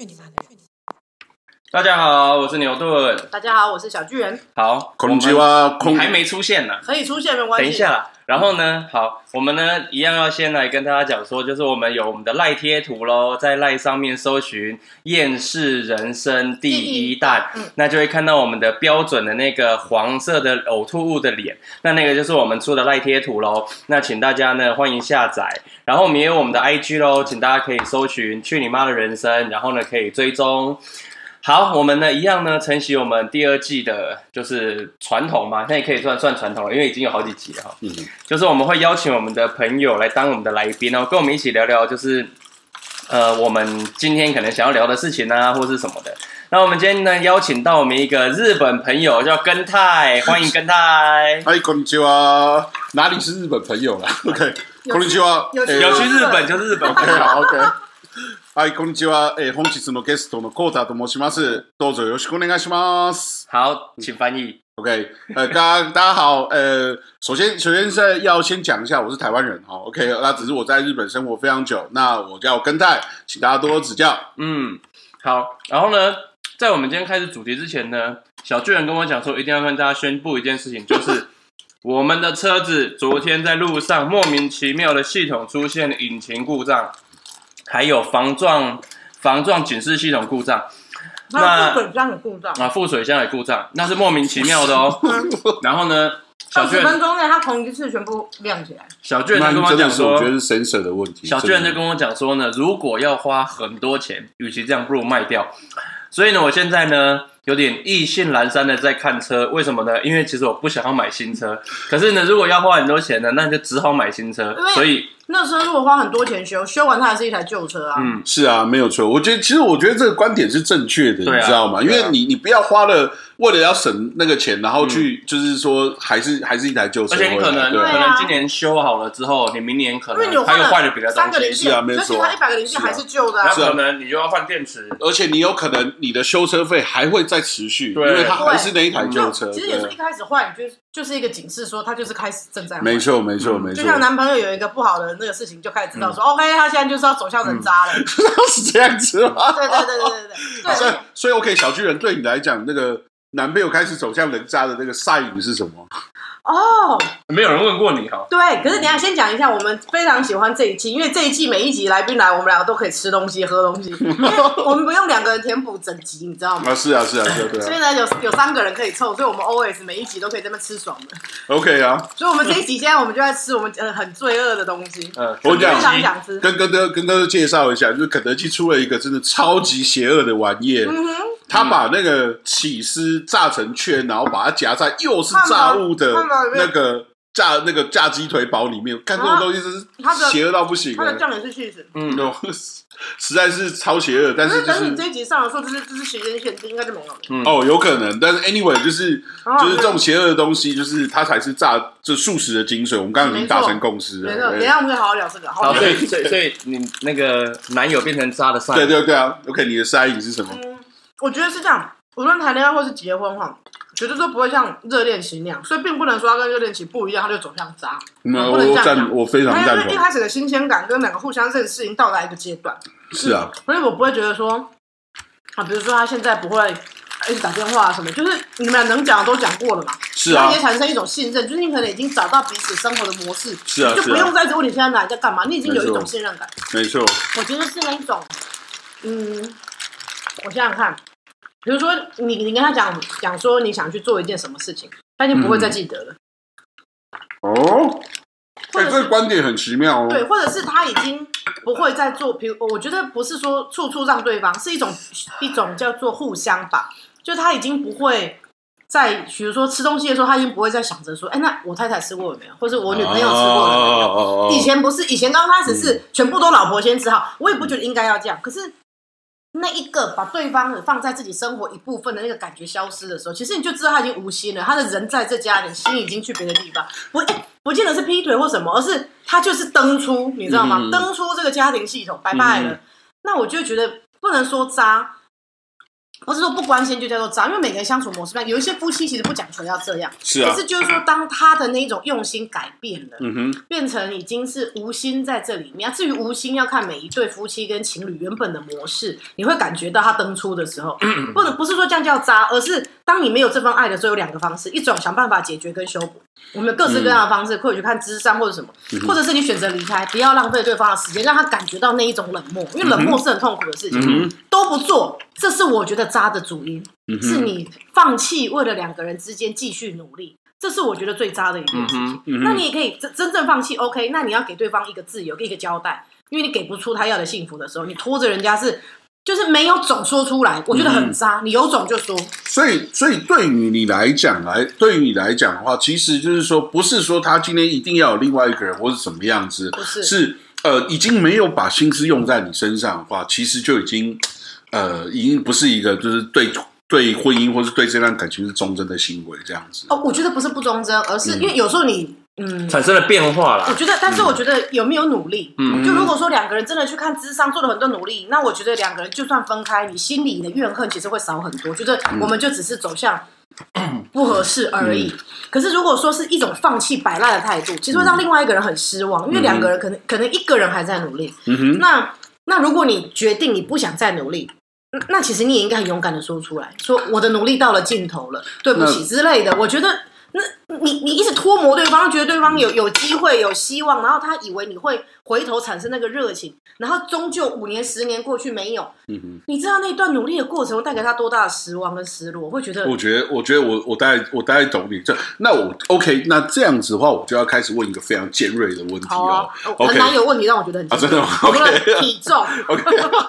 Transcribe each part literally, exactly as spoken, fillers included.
你妈的人！ 大家好，我是牛顿。 大家好，我是小巨人。 好， こんにちは。 你还没出现呢， 可以出现没关系。 等一下啦。然后呢，好，我们呢一样要先来跟大家讲说，就是我们有我们的赖贴图咯，在赖上面搜寻厌世人生第一弹， 嗯、 那就会看到我们的标准的那个黄色的呕吐物的脸，那那个就是我们出的赖贴图咯。那请大家呢欢迎下载，然后我们也有我们的 I G 咯，请大家可以搜寻去你妈的人生，然后呢可以追踪。好，我们呢一样呢承袭我们第二季的就是传统嘛，现在也可以算算传统了，因为已经有好几集了哈。嗯，就是我们会邀请我们的朋友来当我们的来宾，然后跟我们一起聊聊，就是呃我们今天可能想要聊的事情啊，或是什么的。那我们今天呢邀请到我们一个日本朋友叫根泰，欢迎根泰。 嗨，こんにちは。哪里是日本朋友啦 ？OK，こんにちは。 有去日本就是日本朋友。 好 ，OK。はい、こんにちは。えー、本日のゲストのコータと申します。どうぞよろしくお願いします。 好，请翻译。 OK， 呃，大家大家好，呃，首先首先是要先讲一下，我是台湾人哈 ，OK， 那只是我在日本生活非常久，那我叫根泰，请大家多多指教。 嗯，好，然后呢，在我们今天开始主题之前呢，小巨人跟我讲说，一定要跟大家宣布一件事情，就是我们的车子昨天在路上莫名其妙的系统出现引擎故障。还有防撞防撞警示系统故障， 那副水箱的故障啊，副水箱的故障，那是莫名其妙的哦。然后呢，小巨人二十分钟内它同一次全部亮起来。 小巨人就跟我讲说， 我觉得是 sensor 的问题。 小巨人就跟我讲说呢，如果要花很多钱，与其这样，不如卖掉。所以呢，我现在呢有点意兴阑珊的在看车，为什么呢？因为其实我不想要买新车，可是呢，如果要花很多钱呢，那就只好买新车，所以。 那车如果花很多钱修，修完它还是一台旧车啊。 嗯，是啊，没有错。我觉得其实我觉得这个观点是正确的，啊、你知道吗？因为你你不要花了为了要省那个钱，然后去、嗯、就是说还是还是一台旧车， 而且你可能、啊、可能今年修好了之后，你明年可能它又坏了别的东西， 是啊，没有错。 而且它一百个零件还是旧的、啊， 那可能你就要换电池， 而且你有可能你的修车费还会再持续，因为它还是那一台旧车。 其实有时候一开始换，就是就是一个警示，说它就是开始正在坏。 没错，没错，没错。 就像男朋友有一个不好的那个事情，就开始知道说、嗯、，OK， 他现在就是要走向人渣了， 是这样子吗？ 对对对对对对。 所以，所以 OK， 小巨人对你来讲，那个男朋友开始走向人渣的那个 sign 是什么？ 哦， 没有人问过你哈。 对，可是等一下先讲一下，我们非常喜欢这一季，因为这一季每一集来宾来，我们两个都可以吃东西、喝东西，因为我们不用两个人填补整集，你知道吗？ 啊，是啊，是啊，是啊，对啊。 所以呢，有有三个人可以凑，所以我们 always 每一集都可以在那边吃爽的。 OK 啊。 所以我们这一集现在我们就在吃我们呃很罪恶的东西。 嗯，我讲非常想吃。 跟跟哥跟哥介绍一下，就是肯德基出了一个真的超级邪恶的玩意。嗯哼。他把那个起司炸成圈，然后把它夹在又是炸物的那个炸那个炸鸡腿堡里面，看这种东西真是邪恶到不行。 它的酱也是 cheese， 嗯，实在是超邪恶。但是就是等你这一集上的时候，就是就是时间限制，应该就没有了。 嗯、哦，有可能，但是 anyway 就是就是这种邪恶的东西，就是它才是炸这素食的精髓。我们刚刚已经达成共识了。 没错，等一下我们可以好好聊这个。 好，所以所以所以你那个男友变成渣的 sign， 对对对啊。OK， 你的 sign 是什么？ 嗯我觉得是这样，无论谈恋爱或是结婚哈，绝对都不会像热恋期那样，所以并不能说它跟热恋期不一样，它就走向渣。 嗯，我赞，我非常赞同。 因为一开始的新鲜感跟两个互相认识已经到达一个阶段。 是啊， 所以我不会觉得说啊，比如说他现在不会一直打电话什么，就是你们俩能讲的都讲过了嘛。 是啊， 也产生一种信任，就是你可能已经找到彼此生活的模式， 是啊， 就不用再一直问你现在哪里在干嘛，你已经有一种信任感。 没错， 我觉得是那一种，嗯，我想想看。比如说你，你跟他讲讲说你想去做一件什么事情，他已经不会再记得了。 嗯、哦，哎、欸，这个观点很奇妙哦。 对，或者是他已经不会再做，比如我觉得不是说处处让对方，是一种一种叫做互相吧，就他已经不会在，比如说吃东西的时候，他已经不会再想着说，哎，那我太太吃过了没有，或者我女朋友吃过了没有？哦、以前不是，以前刚开始是全部都老婆先吃好，我也不觉得应该要这样，可是。那一个把对方放在自己生活一部分的那个感觉消失的时候，其实你就知道他已经无心了，他的人在这家里，心已经去别的地方，不，欸、不见得是劈腿或什么，而是他就是登出，你知道吗？嗯、登出这个家庭系统，拜拜了。嗯、那我就觉得不能说渣， 不是说不关心就叫做渣，因为每个人相处模式不一样，有一些夫妻其实不讲求要这样， 是啊。 可是就是说，当他的那一种用心改变了， 嗯哼， 变成已经是无心在这里面。至于无心，要看每一对夫妻跟情侣原本的模式，你会感觉到他登出的时候，不能不是说这样叫渣，而是当你没有这份爱的时候，有两个方式，一种想办法解决跟修补，我们有各式各样的方式，或者去看諮商或者什么， 嗯、 或者是你选择离开，不要浪费对方的时间，让他感觉到那一种冷漠，因为冷漠是很痛苦的事情，嗯、都不做，这是我觉得渣的主因。嗯、是你放弃为了两个人之间继续努力，这是我觉得最渣的一件事情。嗯、那你也可以真真正放弃 ，OK？ 那你要给对方一个自由，一个交代，因为你给不出他要的幸福的时候，你拖着人家是就是没有种说出来，我觉得很渣。嗯、你有种就说。 所以，所以对于你来讲来，对于你来讲的话，其实就是说，不是说他今天一定要有另外一个人，或是什么样子， 不是是呃，已经没有把心思用在你身上的话，其实就已经呃，已经不是一个就是对。对婚姻或是对这段感情是忠贞的行为，这样子。 哦，我觉得不是不忠贞，而是因为有时候你嗯产生了变化啦。 我觉得，但是我觉得有没有努力，嗯，就如果说两个人真的去看諮商，做了很多努力，那我觉得两个人就算分开，你心里的怨恨其实会少很多。觉得我们就只是走向不合适而已。嗯、可是如果说是一种放弃摆烂的态度，其实会让另外一个人很失望，因为两个人可能可能一个人还在努力。嗯哼，那那如果你决定你不想再努力。那其实你也应该很勇敢的说出来，说我的努力到了尽头了，对不起之类的。我觉得，那你你一直拖磨对方，觉得对方有有机会、有希望，然后他以为你会回头产生那个热情，然后终究五年、十年过去没有。嗯哼，你知道那段努力的过程会带给他多大的失望跟失落？我会觉得， 我觉得，我觉得我我大概我大概懂你这。那我 OK， 那这样子的话，我就要开始问一个非常尖锐的问题哦。 啊 okay, 很难有问题让我觉得很尖锐、 啊、真的吗？ OK， 体重 OK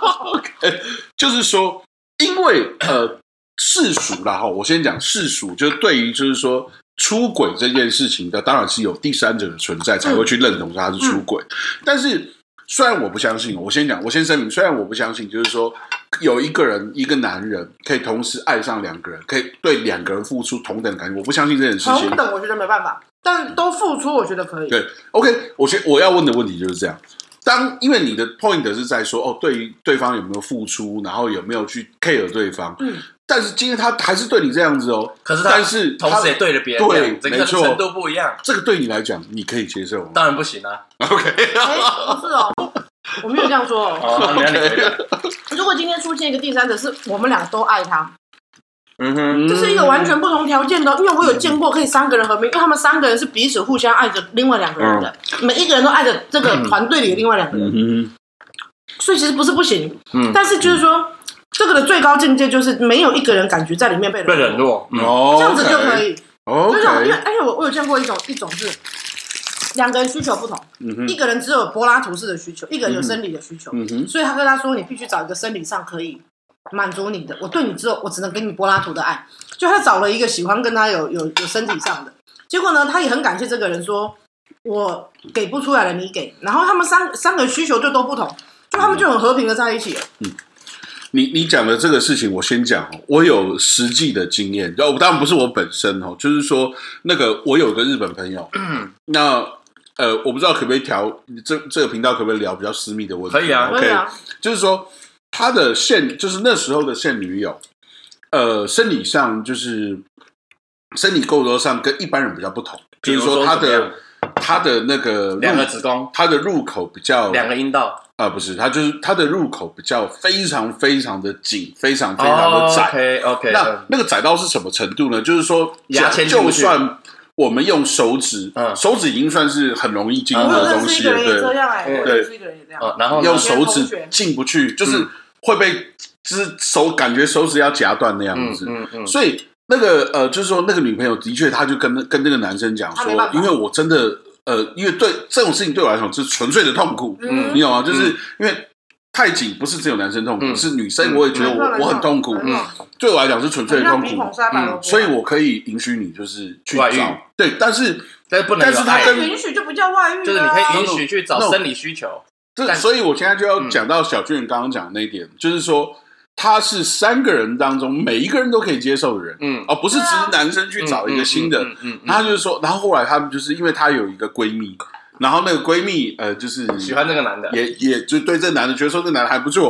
OK， 就是说。因为呃世俗啦哈，我先讲世俗，就是对于就是说出轨这件事情的，当然是有第三者的存在才会去认同他是出轨。嗯、但是虽然我不相信，我先讲，我先声明，虽然我不相信，就是说有一个人一个男人可以同时爱上两个人，可以对两个人付出同等的感情，我不相信这件事情。 同等我觉得没办法，但都付出我觉得可以。 对 ，OK， 我先我要问的问题就是这样。当因为你的 point 是在说哦，对于对方有没有付出，然后有没有去 care 对方，嗯，但是今天他还是对你这样子哦， 可是但是同时也对了别人， 对， 这个程度不一样， 这个对你来讲，你可以接受吗？ 当然不行啊 ，OK， 哎，不是哦，我没有这样说哦， 哦你你如果今天出现一个第三者，是我们俩都爱他。 嗯哼， 这是一个完全不同条件的，因为我有见过可以三个人合并，因为他们三个人是彼此互相爱着另外两个人的，嗯、每一个人都爱着这个团队里的另外两个人，嗯、所以其实不是不行，嗯、但是就是说这个的最高境界就是没有一个人感觉在里面被被冷落， 嗯、这样子就可以。 哦， 就是因为而且我我有见过一种一种是两个人需求不同，嗯、一个人只有柏拉图式的需求，一个人有生理的需求，嗯、所以他跟他说你必须找一个生理上可以满足你的，我对你只有我只能给你柏拉图的爱，就他找了一个喜欢跟他有有有身体上的，结果呢，他也很感谢这个人说，我给不出来了，你给，然后他们三三个需求就都不同，就他们就很和平的在一起了。 嗯，你你讲的这个事情，我先讲，我有实际的经验，当然不是我本身哦，就是说那个我有个日本朋友，嗯，那呃，我不知道可不可以调这这个频道可不可以聊比较私密的问题？ 可以啊， ，OK， 可以啊， 就是说。他的现就是那时候的现女友，呃，生理上就是生理构造上跟一般人比较不同，比如说他的他的那个两个子宫， 他的入口比较两个阴道啊、呃，不是，他就是他的入口比较非常非常的紧，非常非常的窄。 Oh, OK OK， 那那个窄到是什么程度呢？就是说， 牙签就算我们用手指，嗯，手指已经算是很容易进入的东西了，对， 对，对， 然后用手指进不去，就是会被，就是手感觉手指要夹断那样子，嗯嗯，所以那个呃，就是说那个女朋友的确，她就跟跟那个男生讲说，因为我真的呃，因为对这种事情对我来说是纯粹的痛苦，嗯，你懂吗？就是因为太紧，不是只有男生痛苦，是女生我也觉得我我很痛苦，嗯，对我来讲是纯粹的痛苦，嗯，所以我可以允许你就是去外遇， 对，但是但是不能， 但是他跟允许就不叫外遇， 就是你可以允许去找生理需求。 这所以我现在就要讲到小俊刚刚讲的那一点，就是说他是三个人当中每一个人都可以接受的人，嗯，而不是只是男生去找一个新的，嗯，他就是说，然后后来他们就是因为他有一个闺蜜。然后那个闺蜜，呃，就是喜欢这个男的， 也也就对这个男的觉得说这个男的还不错，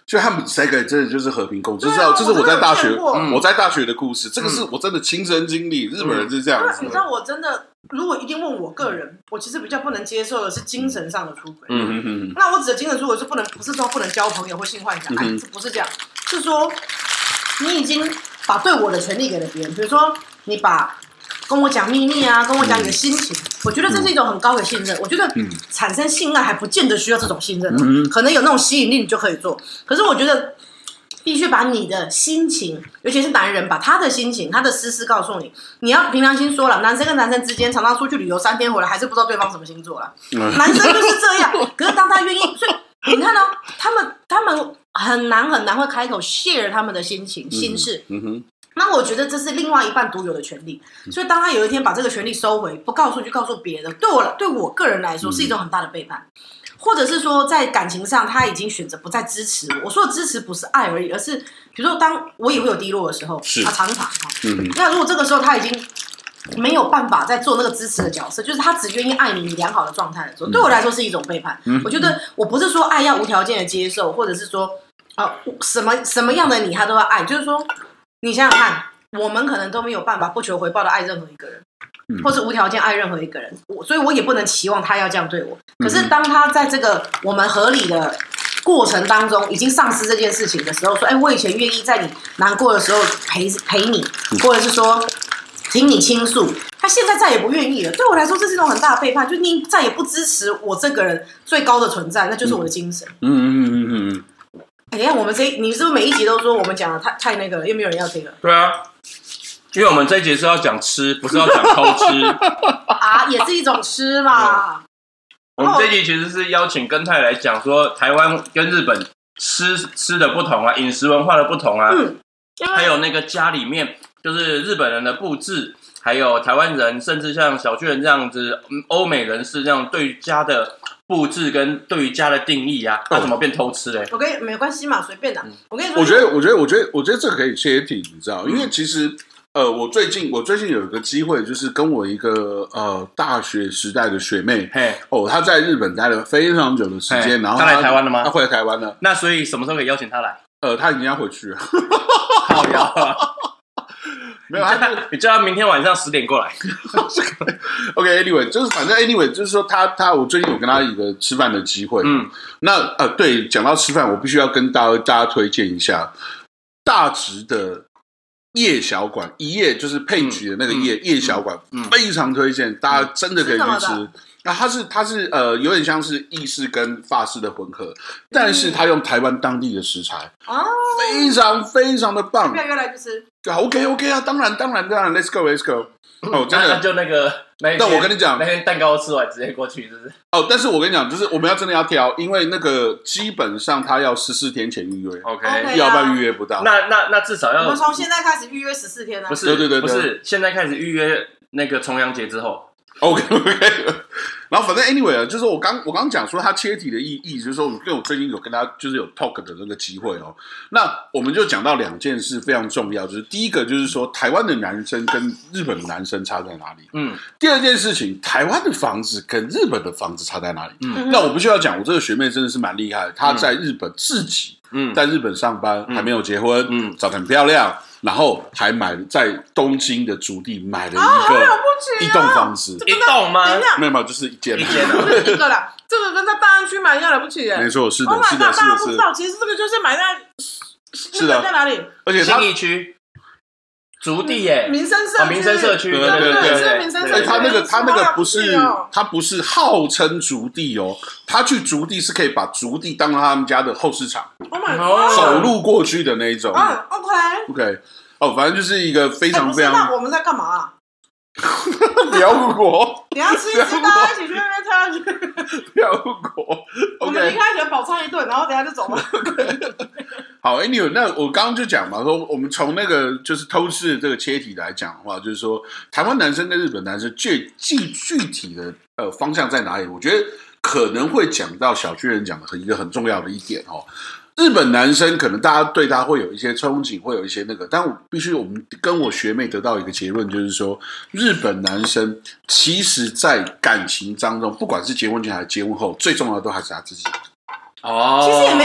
就他们三个真的就是和平共处，这是、 啊、 这是我在大学、 嗯、 我在大学的故事，这个是我真的亲身经历，嗯、日本人是这样子。 你知道我真的，如果一定问我个人，我其实比较不能接受的是精神上的出轨。 嗯嗯嗯。 那我指的精神出轨是不能，不是说不能交朋友或性幻想，哎，这不是这样，是说你已经把对我的权利给了别人，比如说你把跟我讲秘密啊，跟我讲你的心情，嗯、我觉得这是一种很高的信任。我觉得产生性爱还不见得需要这种信任，嗯、可能有那种吸引力你就可以做。可是我觉得必须把你的心情，尤其是男人，把他的心情、他的私事告诉你。你要凭良心说了，男生跟男生之间常常出去旅游三天回来，还是不知道对方什么星座了。嗯、男生就是这样。可是当他愿意，所以你看哦，他们他们很难很难会开口 share 他们的心情、心事。嗯哼。那我觉得这是另外一半独有的权利，所以当他有一天把这个权利收回，不告诉就告诉别人，对我对我个人来说是一种很大的背叛，或者是说在感情上他已经选择不再支持我。我说的支持不是爱而已，而是比如说当我也会有低落的时候，啊，常常、嗯、那如果这个时候他已经没有办法再做那个支持的角色，就是他只愿意爱你良好的状态的时候，对我来说是一种背叛。嗯、我觉得我不是说爱要无条件的接受，或者是说啊、呃、什么什么样的你他都要爱，就是说。你想想看，我们可能都没有办法不求回报的爱任何一个人，嗯、或是无条件爱任何一个人，我所以我也不能期望他要这样对我。可是当他在这个我们合理的过程当中已经丧失这件事情的时候，说，哎，我以前愿意在你难过的时候陪陪你，或者是说听你倾诉，他现在再也不愿意了。对我来说，这是一种很大的背叛，就是你再也不支持我这个人最高的存在，那就是我的精神。嗯嗯嗯嗯嗯。哎呀，我们这你是不是每一集都说我们讲的太太那个了，又没有人要听了？ 对啊，因为我们这一集是要讲吃，不是要讲偷吃啊，也是一种吃嘛。 我们这一集其实是邀請根泰来讲说台湾跟日本吃吃的不同啊，饮食文化的不同啊，嗯、还有那个家里面就是日本人的布置，还有台湾人，甚至像小巨人这样子欧美人士这样对于家的布置跟对于家的定义啊，他怎么变偷吃嘞？ 我跟你没关系嘛，随便的。我跟你说， 我觉得，我觉得，我觉得，我觉得这个可以切题，你知道，因为其实，呃，我最近，我最近有一个机会，就是跟我一个呃大学时代的学妹，嘿，哦，她在日本待了非常久的时间，然后她来台湾了吗？ 她回来台湾了。 那所以什么时候可以邀请她来？ 呃，她已经要回去了。 好呀。没有，他你叫他明天晚上十点过来。 OK，Anyway，、okay, 就是反正 Anyway， 就是说他他我最近有跟他一个吃饭的机会。嗯，那呃对，讲到吃饭，我必须要跟大家大家推荐一下大直的夜小馆，一夜就是配局的那个夜、嗯、夜小馆、嗯，非常推荐，大家真的可以去吃。那它是它是呃有点像是意式跟法式的混合，但是它用台湾当地的食材，哦，非常非常的棒。 要不要约来去吃？ 啊 ，OK OK 啊，当然当然当然 ，Let's go Let's go。哦，真的， 那就那个那但我跟你讲， 那天蛋糕吃完直接过去，是不是？ 哦，但是我跟你讲，就是我们要真的要挑，因为那个基本上他要十四天前预约 ，OK， 要不然预约不到。 那那那至少要我们从现在开始预约十四天呢？ 不是， 对对对， 不是，现在开始预约那个重阳节之后。 OK OK， 然后反正 anyway 啊，就是我刚我刚讲说他切题的意义，就是说，因为我最近有跟他就是有 talk 的那个机会哦，那我们就讲到两件事非常重要，就是第一个就是说台湾的男生跟日本的男生差在哪里，嗯，第二件事情，台湾的房子跟日本的房子差在哪里，嗯，那我必须要讲，我这个学妹真的是蛮厉害的，她在日本自己，嗯，在日本上班，还没有结婚，嗯，长得很漂亮。然后还买了在东京的竹地买了一个、 啊、 一栋房子， 一栋吗？ 没有没有，就是一间， 一间啊， 一个啦。这个跟在大安区买一样了不起耶。 没错，是的， oh、 是的，是的， 大家不知道，其实这个就是买在是的， 在哪里？ 而且信义区竹地耶， 民生社区， 民生社区， 对对对对对，民生社区。 他那个他那个不是，他不是号称竹地哦，他去竹地是可以把竹地当他们家的后市场 ，Oh my god， 走路过去的那一种。 嗯 ，OK OK。哦，反正就是一个非常非常。 那我们在干嘛、啊？ 不要误国。 等一下吃一吃，大家一起去那边吃下去。 不要误国。 我们离开前饱餐一顿，然后等一下就走了。 好 ，Anyway， 那我刚刚就讲嘛，说我们从那个就是偷吃的这个切题来讲的话，就是说台湾男生跟日本男生具具具体的呃方向在哪里？我觉得可能会讲到小巨人讲的一个很重要的一点哦。日本男生可能大家对他会有一些憧憬，会有一些那个，但我必须我们跟我学妹得到一个结论，就是说日本男生其实在感情当中，不管是结婚前还是结婚后，最重要的都还是他自己。 哦， 其实也没有，其实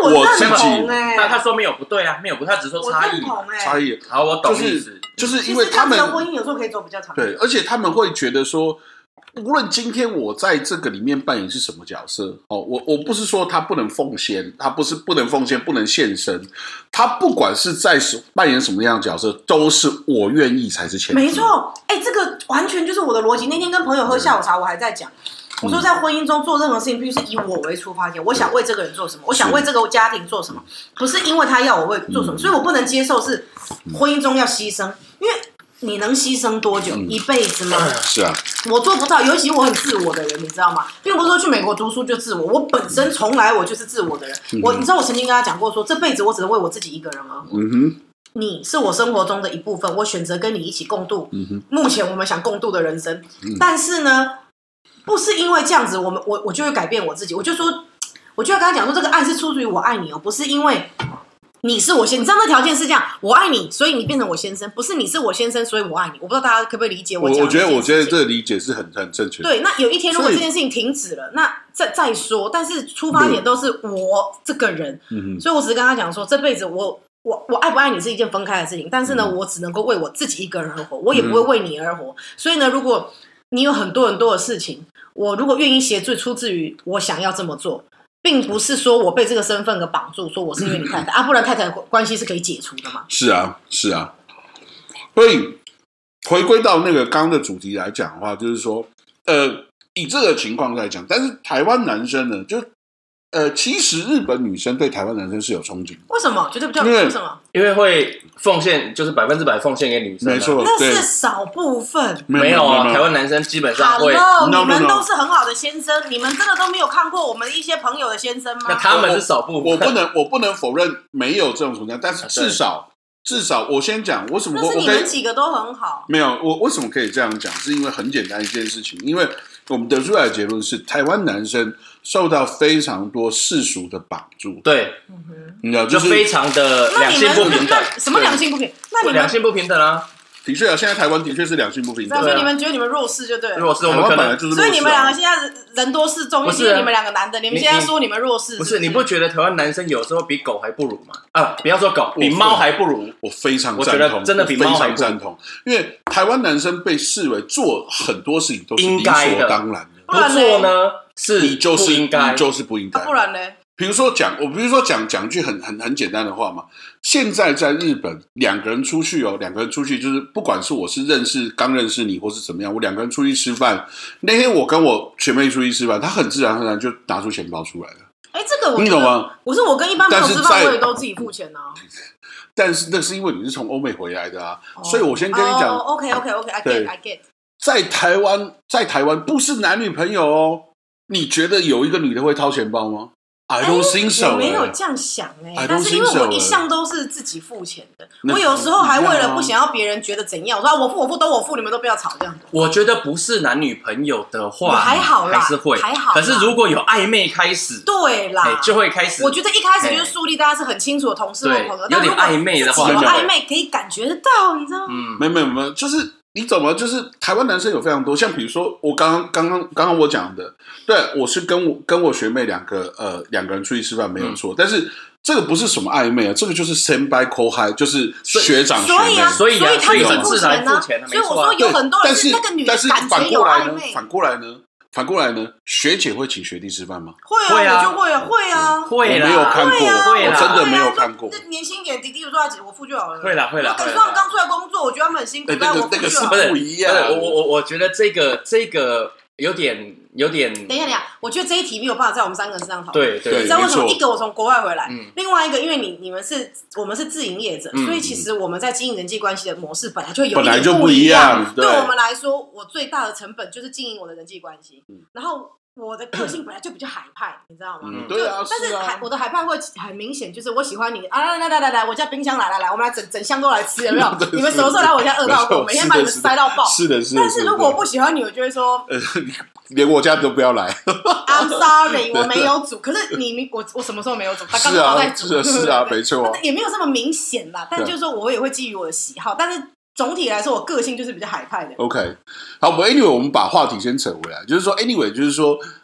我我认自己同哎、 他他说没有不对啊，没有不，他只是说差异我认同哎、 差异。 好，我懂就是意思， 就是因为他们其实这样子的婚姻有时候可以走比较长。 对，而且他们会觉得说，无论今天我在这个里面扮演是什么角色，哦，我我不是说他不能奉献，他不是不能奉献，不能献身，他不管是在扮演什么样的角色，都是我愿意才是前提。 没错，哎、欸，这个完全就是我的逻辑。那天跟朋友喝下午茶，我还在讲，我说在婚姻中做任何事情，必须是以我为出发点，我想为这个人做什么，我想为这个家庭做什么，不是因为他要我为做什么，所以我不能接受是婚姻中要牺牲，因为你能牺牲多久？嗯、一辈子吗？ 是啊， 我做不到，尤其我很自我的人，你知道吗？并不是说去美国读书就自我，我本身从来我就是自我的人。嗯、我你知道我曾经跟他讲过说，这辈子我只能为我自己一个人而活。嗯哼，你是我生活中的一部分，我选择跟你一起共度。嗯哼，目前我们想共度的人生，嗯、但是呢，不是因为这样子，我们我我就会改变我自己。我就说，我就要跟他讲说，这个爱是出自于我爱你哦，不是因为。你是我先，你知道那条件是这样，我爱你，所以你变成我先生，不是你是我先生，所以我爱你。我不知道大家可不可以理解我讲的。 我我觉得，我觉得这个理解是很很正确的。 对，那有一天如果这件事情停止了，那再再说，但是出发点都是我这个人，嗯、所以我只是跟他讲说，这辈子我我我爱不爱你是一件分开的事情，但是呢，嗯、我只能够为我自己一个人而活，我也不会为你而活。嗯、所以呢，如果你有很多很多的事情，我如果愿意协助，出自于我想要这么做。并不是说我被这个身份给绑住，说我是因为你太太啊，不然太太的关系是可以解除的嘛？ 是啊，是啊。所以回归到那个刚刚的主题来讲的话，就是说，呃，以这个情况来讲，但是台湾男生呢，就呃，其实日本女生对台湾男生是有憧憬的。 为什么？觉得比较为什么？ 因为会奉献，就是百分之百奉献给女生、啊。 没错， 那是少部分。 没有啊，台湾男生基本上会。 Hello， 你们都是很好的先生，你们真的都没有看过我们一些朋友的先生吗？ 那他们是少部分。 我, 我不能，我不能否认没有这种存在，但是至少。至少我先讲，为什么我可是你们几个都很好。 没有，我为什么可以这样讲？是因为很简单一件事情，因为我们得出来的结论是，台湾男生受到非常多世俗的绑住。 对， 你知道， 就非常的两性不平等。 什么两性不平？那你们两性不平等啊？ 的确啊，现在台湾的确是两性不平等。 所以你们觉得你们弱势就对了。 弱势，我们可能就是。 所以你们两个现在人多势众，因为你们两个男的，你们现在说你们弱势， 不是？你不觉得台湾男生有时候比狗还不如吗？啊，不要说狗，比猫还不如。 我非常赞同，真的比猫还不如。 赞同，因为台湾男生被视为做很多事情都是理所当然的， 不做呢是你就是应该， 你就是不应该， 不然呢？ 比如说讲，我比如说讲讲句很很很简单的话嘛。现在在日本，两个人出去哦，两个人出去就是不管是我是认识刚认识你，或是怎么样，我两个人出去吃饭。那天我跟我学妹出去吃饭，她很自然而然就拿出钱包出来了。 哎，这个我你懂吗？ 我是我跟一般朋友吃饭，我也都自己付钱啊。 但是那是因为你是从欧美回来的啊，哦、所以我先跟你讲。 哦 ，OK OK OK，I get I get。 在台湾，在台湾不是男女朋友哦，你觉得有一个女的会掏钱包吗？I don't think so、欸。 我没有这样想哎、欸，但是因为我一向都是自己付钱的，我有时候还为了不想要别人觉得怎样，我说、啊、我付我付都我付，你们都不要吵这样子。 我觉得不是男女朋友的话， 还好啦， 还是会还好。 可是如果有暧昧开始， 对啦， 欸、就会开始。 我觉得一开始就是树立大家是很清楚的同事或朋友， 有点暧昧的话， 有暧昧可以感觉得到，你知道吗？ 嗯，没有没有没有，就是。你懂吗？就是台湾男生有非常多，像比如说我刚刚刚刚刚刚我讲的，对我是跟我跟我学妹两个呃两个人出去吃饭没有错，嗯、但是这个不是什么暧昧啊，这个就是 senpai kohai， 就是学长学妹， 所以啊， 所以啊， 所以他很自然付钱， 所以我说有很多人是那个女的感觉有暧昧， 反过来呢？反过来呢？学姐会请学弟吃饭吗？ 会啊，我就会啊，会啊， 会啦。我没有看过， 会我真的没有看过。 那年轻一点弟弟，我说我付就好了。 会啦，会啦。 可是他们刚出来工作，我觉得他们很辛苦，但我付就好了。 那个是不一样。 我我我觉得这个这个有点有点。 等一下，等一下，我觉得这一题没有办法在我们三个人身上讨论。 对对， 你知道为什么？一个我从国外回来， 嗯、 另外一个因为你你们是我们是自营业者， 嗯、 所以其实我们在经营人际关系的模式本来就有本来就不一样。 对我们来说，我最大的成本就是经营我的人际关系，嗯、然后。我的个性本来就比较海派，你知道吗？ 嗯，对啊， 但是海、 啊、 我的海派会很明显，就是我喜欢你啊，来来来来，我家冰箱来来来，我们来整整箱都来吃，有没有？你们什么时候来我家饿到过？每天把你们塞到爆。 是的，是的。 但是如果我不喜欢你，我就会说， 呃，连我家都不要来。 I'm sorry， 我没有煮。可是你我我什么时候没有煮？他刚刚在煮。 是啊，是啊，没错。 也没有这么明显啦，但就是说我也会基于我的喜好，但是。总体来说，我个性就是比较海派的。 OK， 好，我 anyway， 我们把话题先扯回来，就是说 ，anyway， 就是说，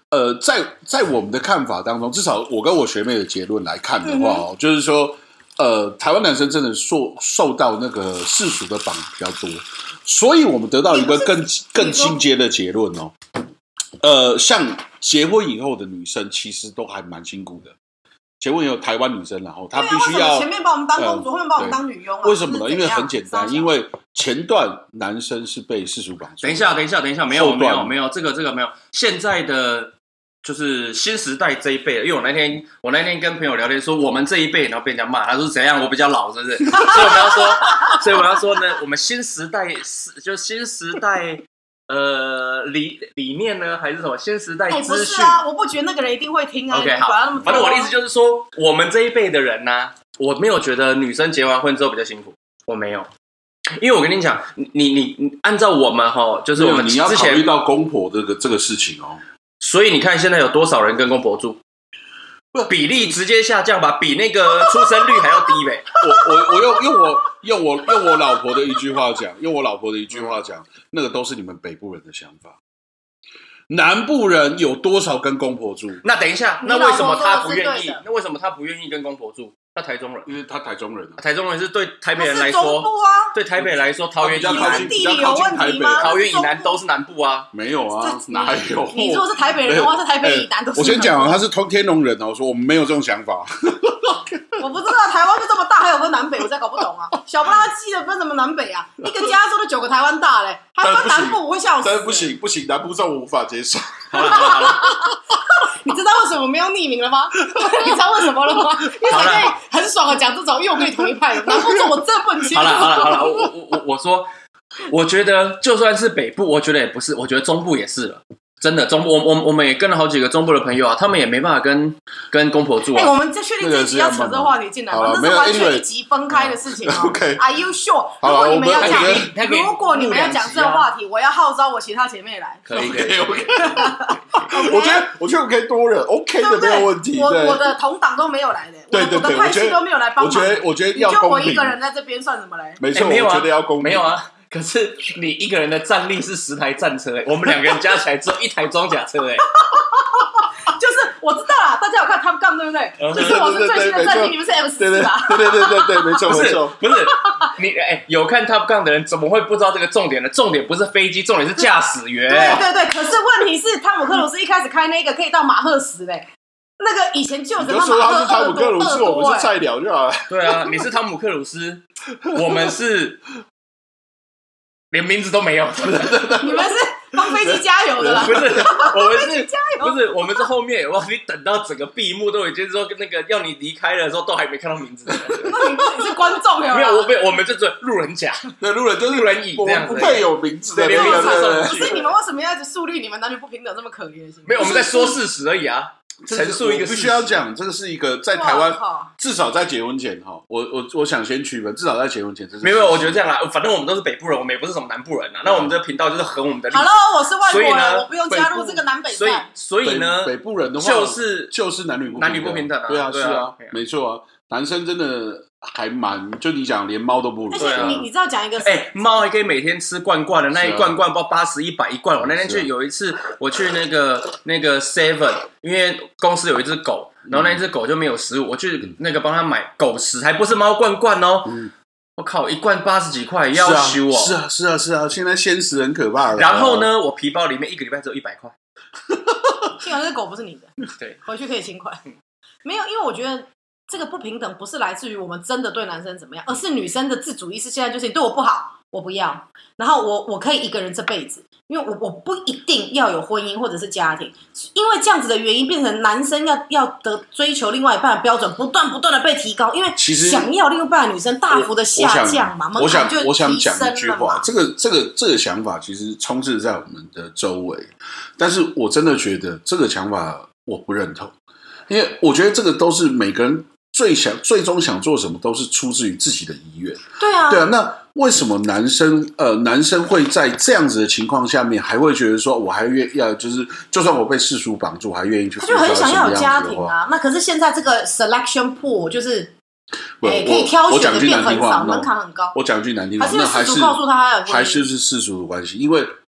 呃，在在我们的看法当中，至少我跟我学妹的结论来看的话哦，嗯、就是说，呃，台湾男生真的受受到那个世俗的绑比较多，所以我们得到一个更更进阶的结论哦。呃，像结婚以后的女生，其实都还蛮辛苦的。结婚以后，台湾女生，然后她必须要前面把我们当公主，呃、后面把我们当女佣、啊。 为什么呢？因为很简单，因为前段男生是被世俗绑住。 等一下，等一下，等一下，没有，没有，没有，这个，这个没有。现在的就是新时代这一辈，因为我那天我那天跟朋友聊天说，我们这一辈，然后被人家骂，他说怎样，我比较老，是不是？所以我们要说，所以我要说呢，我们新时代是就新时代。呃，理理念呢，还是什么新时代资讯？哎，不是啊，我不觉得那个人一定会听啊。 OK， 好，反正我的意思就是说，我们这一辈的人呢、啊，我没有觉得女生结完婚之后比较辛苦，我没有，因为我跟你讲，你你你按照我们哈，就是我们你要考虑到公婆这个这个事情哦。 所以你看现在有多少人跟公婆住？比例直接下降吧，比那个出生率还要低呗。 我我我用用我用我用我老婆的一句话讲，用我老婆的一句话讲，那个都是你们北部人的想法。南部人有多少跟公婆住？ 那等一下，那为什么他不愿意？那为什么他不愿意跟公婆住？他台中人， 因为他台中人、啊， 台中人是对台北人来说， 啊、 对台北来说，桃园以南， 地理有问题吗？ 桃园以南都是南部啊， 没有啊，哪有？ 你如果是台北人的话，是台北以南都是。 我先讲啊，他是天龙人哦，我说我们没有这种想法。 我不知道台湾就这么大，还有分南北，我实在搞不懂啊。小不拉几的分什么南北啊？一个加州的九个台湾大嘞，还分南部，我会笑死。 但不行不行，南部上我无法接受。 好了好了， 你知道为什么没有匿名了吗？你知道为什么了吗？因为才可以很爽的讲这种，因为我跟你同一派的。南部这我真不能接受。 好了好了好了，我我我我说，我觉得就算是北部，我觉得也不是，我觉得中部也是了。真的，中部我我我们也跟了好几个中部的朋友啊，他们也没办法跟跟公婆住啊。 哎、欸，我们这确定这一集要扯这个话题进来吗？这是完全一集分开的事情哦。 OK， Are you sure？ 如果你们要讲，如果你们要讲这个话题，我要号召我其他姐妹来。 可以可以 OK。我觉得我觉得我可以多人 OK 的没有问题。 我我的同党都没有来的， 对对对， 我的派系都没有来帮忙。 我觉得我觉得要公平，就我一个人在这边算什么嘞？ 没错，我觉得要公平。 没有啊。可是你一个人的战力是十台战车哎、欸，我们两个人加起来只有一台装甲车哎、欸。 就是我知道啦，大家有看 Top Gun 对不对？嗯、就是我是最新的战机，你们是 F 四吧？ 对对对对对，没错没错。 不是你哎、欸，有看 Top Gun 的人怎么会不知道这个重点呢？重点不是飞机，重点是驾驶员。 对对对，可是问题是汤姆克鲁斯一开始开那个可以到马赫十嘞。那个以前就有什么马赫他是汤姆克鲁斯，我们是菜鸟就好了。 对啊，你是汤姆克鲁斯，我们是。连名字都没有， 你们是帮飞机加油的啦？ 不是，我们是加油，不是我们是后面，哇！你等到整个闭幕都已经说那个要你离开的时候，都还没看到名字。 那你你是观众有没有？我没有，我们就只路人甲， 对，路人就是路人乙这样子， 不配有名字的， 连名字都不是你们为什么要一直树立你们男女不平等这么可怜？ 没有，我们在说事实而已啊。陈述一个， 必须要讲，这个是一个在台湾，至少在结婚前哈，我我我想先区分，至少在结婚前，这是没有，我觉得这样啦，反正我们都是北部人，我们也不是什么南部人啊。那我们这个频道就是和我们的。 Hello， 我是外国人，我不用加入这个南北战。 所以所以呢， 北部人的话就是就是男女不男女不平等啊， 对啊，是啊，没错啊，男生真的。还蛮，就你讲，连猫都不如。 而且你你知道讲一个， 哎、欸，猫还可以每天吃罐罐的，那一罐罐包八十一百一罐。我那天去有一次，我去那个那个 Seven， 因为公司有一只狗，然后那一只狗就没有食物，我去那个帮他买狗食，还不是猫罐罐哦。嗯，我靠，一罐八十几块，要修哦。 是啊，是啊，是啊，现在鲜食很可怕的。 然后呢，我皮包里面一个礼拜只有一百块。 幸好这狗不是你的， 对， 回去可以清款。没有，因为我觉得。这个不平等不是来自于我们真的对男生怎么样，而是女生的自主意识。现在就是你对我不好，我不要，然后我我可以一个人这辈子，因为我我不一定要有婚姻或者是家庭，因为这样子的原因，变成男生要要得追求另外一半的标准不断不断的被提高，因为想要另外一半的女生大幅的下降嘛， 我想就我想讲一句话，这个这个这个想法其实充斥在我们的周围，但是我真的觉得这个想法我不认同，因为我觉得这个都是每个人。最想最终想做什么，都是出自于自己的意愿。 对啊， 对啊。那为什么男生呃男生会在这样子的情况下面，还会觉得说，我还愿要就是，就算我被世俗绑住，还愿意去？ 他就很想要有家庭啊。那可是现在这个 selection pool 就是，哎，可以挑选的变很少，门槛很高。 我讲句难听话， 还是世俗告诉他， 还是是世俗的关系，因为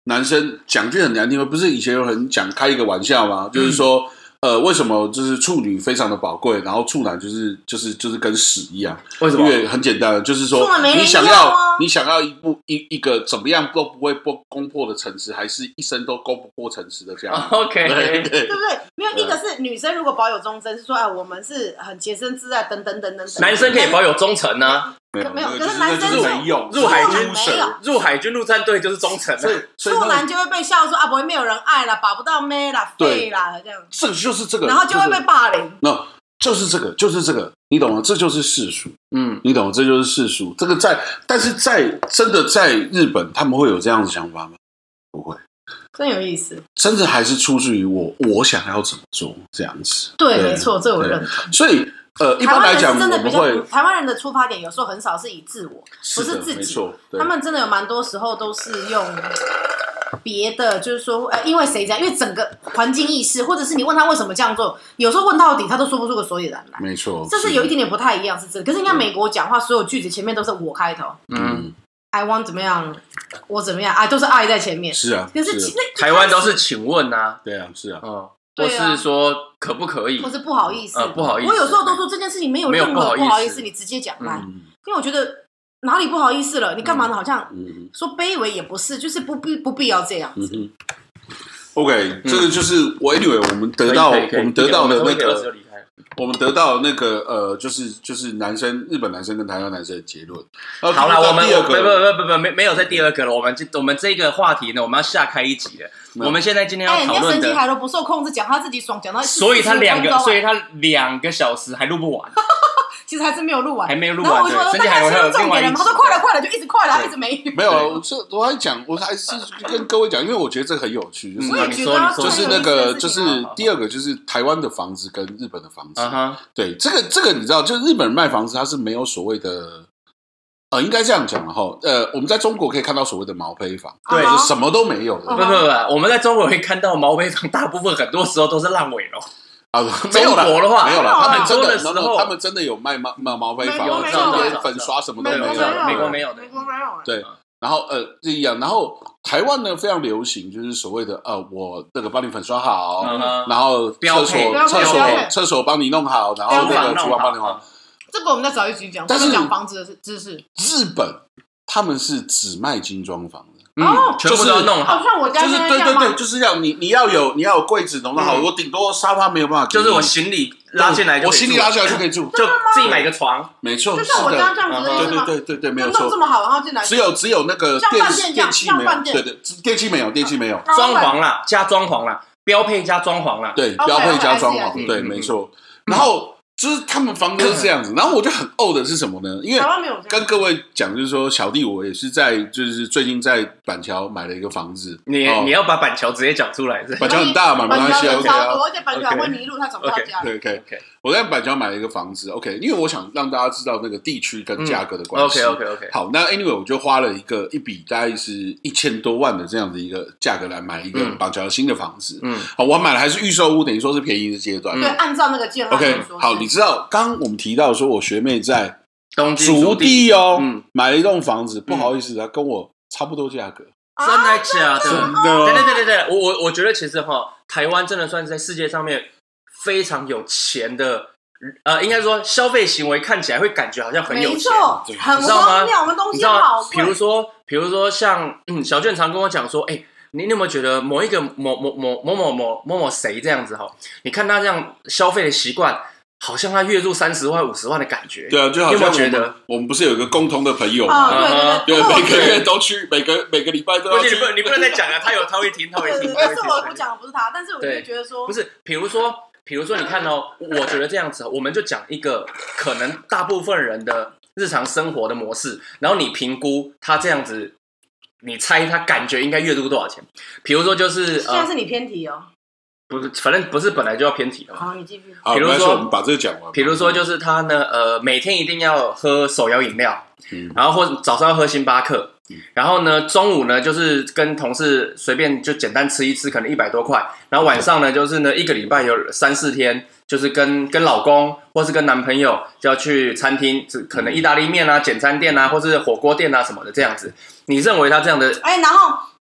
男生讲句很难听的，不是以前有人讲开一个玩笑吗？就是说。呃，为什么就是处女非常的宝贵，然后处男就是就是就是跟屎一样？ 为什么？ 因为很简单，就是说你想要你想要一部一一个怎么样都不会攻破的城市，还是一生都攻不破城市的这样。 OK， 对对不对？没有一个是女生如果保有忠贞，是说哎，我们是很洁身自爱，等等等等等。 男生可以保有忠诚呢。 没有，可是男生没用。 入海军入海军陆战队就是忠诚， 所以处男就会被笑说啊，不会没有人爱啦，保不到妹啦，废啦这样。 这就是这个， 然后就会被霸凌。 那就是这个，就是这个，你懂吗？这就是世俗， 嗯， 你懂，这就是世俗。这个在，但是在真的在日本，他们会有这样子想法吗？不会， 真有意思。 真的还是出自于我，我想要怎么做这样子。 对，没错，这我认同。 所以。呃，一般来讲，我们会台湾人的出发点有时候很少是以自我，不是自己。他们真的有蛮多时候都是用别的，就是说，呃，因为谁这样？因为整个环境意识，或者是你问他为什么这样做，有时候问到底，他都说不出个所以然来。 没错， 这是有一点点不太一样，是真的。可是你看美国讲话，所有句子前面都是我开头， 嗯 ，I want 怎么样，我怎么样，啊，都是 I 在前面。 是啊， 可是台湾都是请问啊， 对啊，是啊， 嗯。或是说可不可以， 或是不好意思， 呃，不好意思。 我有时候都说这件事情没有任何不好意思，你直接讲来， 嗯、 因为我觉得哪里不好意思了，你干嘛呢？好像说卑微也不是，就是不必不必要这样子。 嗯、OK， 这个就是我 anyway， 我们得到我们得到的那个，我们得到那个呃，就是就是男生日本男生跟台湾男生的结论。 好了，我们不不不不不没没有在第二个了，我们我们这个话题呢，我们要下开一集了。我们现在今天要讨论的，神经海都不受控制，讲他自己爽，讲到所以他两个，所以他两个小时还录不完， 其实还是没有录完， 还没有录完。然后我就说，大家是重点了，他说快了快了，就一直快了，一直没没有。这我还讲，我还是跟各位讲，因为我觉得这很有趣，就是你说你说， 就是那个就是第二个就是台湾的房子跟日本的房子，对这个这个你知道，就是日本人卖房子，他是没有所谓的。呃，应该这样讲了哈。呃，我们在中国可以看到所谓的毛坯房， 对， 就什么都没有的。 不不不，我们在中国可以看到毛坯房，大部分很多时候都是烂尾楼。 啊，没有了， 中国的话没有了，他们真的时候， 他们真的有卖毛毛毛坯房，连粉刷什么都没有。 美国没有， 美国没有。 对，然后呃这样，然后台湾呢非常流行，就是所谓的呃，我这个帮你粉刷好，然后厕所厕所厕所帮你弄好，然后那个厨房帮你弄好。 这个我们再找一集讲，但是讲房子的知识。 日本他们是只卖精装房的， 哦， 全部都要弄好， 好像我家就是对对对，就是要你你要有你要有柜子弄得好，我顶多沙发没有办法， 就是我行李拉进来， 我行李拉进来就可以住， 就自己买个床， 没错， 就像我家这样子， 对对对对对，没有错， 弄这么好，然后进来， 只有只有那个电电器没有，对对，电器没有，电器没有， 装潢啦，加装潢啦，标配加装潢啦， 对，标配加装潢，对，没错，然后。就是他们房子是这样子，然后我就很怄的是什么呢？因为跟各位讲，就是说小弟我也是在，就是最近在板桥买了一个房子。 你、哦、你要把板桥直接讲出来是？ 板桥很大嘛，没关系 ，OK 啊。 而且板桥会迷路，他找不到家。 对 ，OK OK。我在板桥买了一个房子 ，OK， 因为我想让大家知道那个地区跟价格的关系。 嗯、OK OK OK。 好，那 anyway 我就花了一个一笔大概是一千多万的这样的一个价格来买一个板桥新的房子。嗯，好，我买的还是预售屋，等于说是便宜的阶段。 对，按照那个建议 OK， 好，你知道刚我们提到说，我学妹在东京竹地哦， 嗯、 买了一栋房子，不好意思，她跟我差不多价格。 真的假的？ 真的？ 对对对对对，我我我觉得其实哈，台湾真的算是在世界上面非常有钱的。呃，应该说消费行为看起来会感觉好像很有钱， 很荒谬。我们东西好贵。 比如说，比如说像嗯，小卷常跟我讲说，哎、欸，你有没有觉得某一个某某某某某某某某谁这样子哈？你看他这样消费的习惯，好像他月入三十万、五十万的感觉。 对啊，就好像有没有觉得我们不是有一个共同的朋友吗？ 啊，对对对，每个月都去，每个每个礼拜都要去。 你不你不能再讲了，他有他会听，他会听。 但是我我讲的不是他，但是我就觉得说， 不是，比如说。比如说，你看哦，我觉得这样子，我们就讲一个可能大部分人的日常生活的模式，然后你评估他这样子，你猜他感觉应该月入多少钱？比如说就是现在是你偏题哦， 不是，反正不是本来就要偏题的嘛。 好，你继续。 比如说，我们把这个讲完。 比如说，就是他呢，呃，每天一定要喝手摇饮料，嗯、然后或者早上要喝星巴克。然后呢，中午呢就是跟同事随便就简单吃一吃，可能一百多块。然后晚上呢，就是呢一个礼拜有三四天，就是跟跟老公或是跟男朋友就要去餐厅，可能意大利面啊、简餐店啊，或是火锅店啊什么的这样子。你认为他这样的？ 哎，然后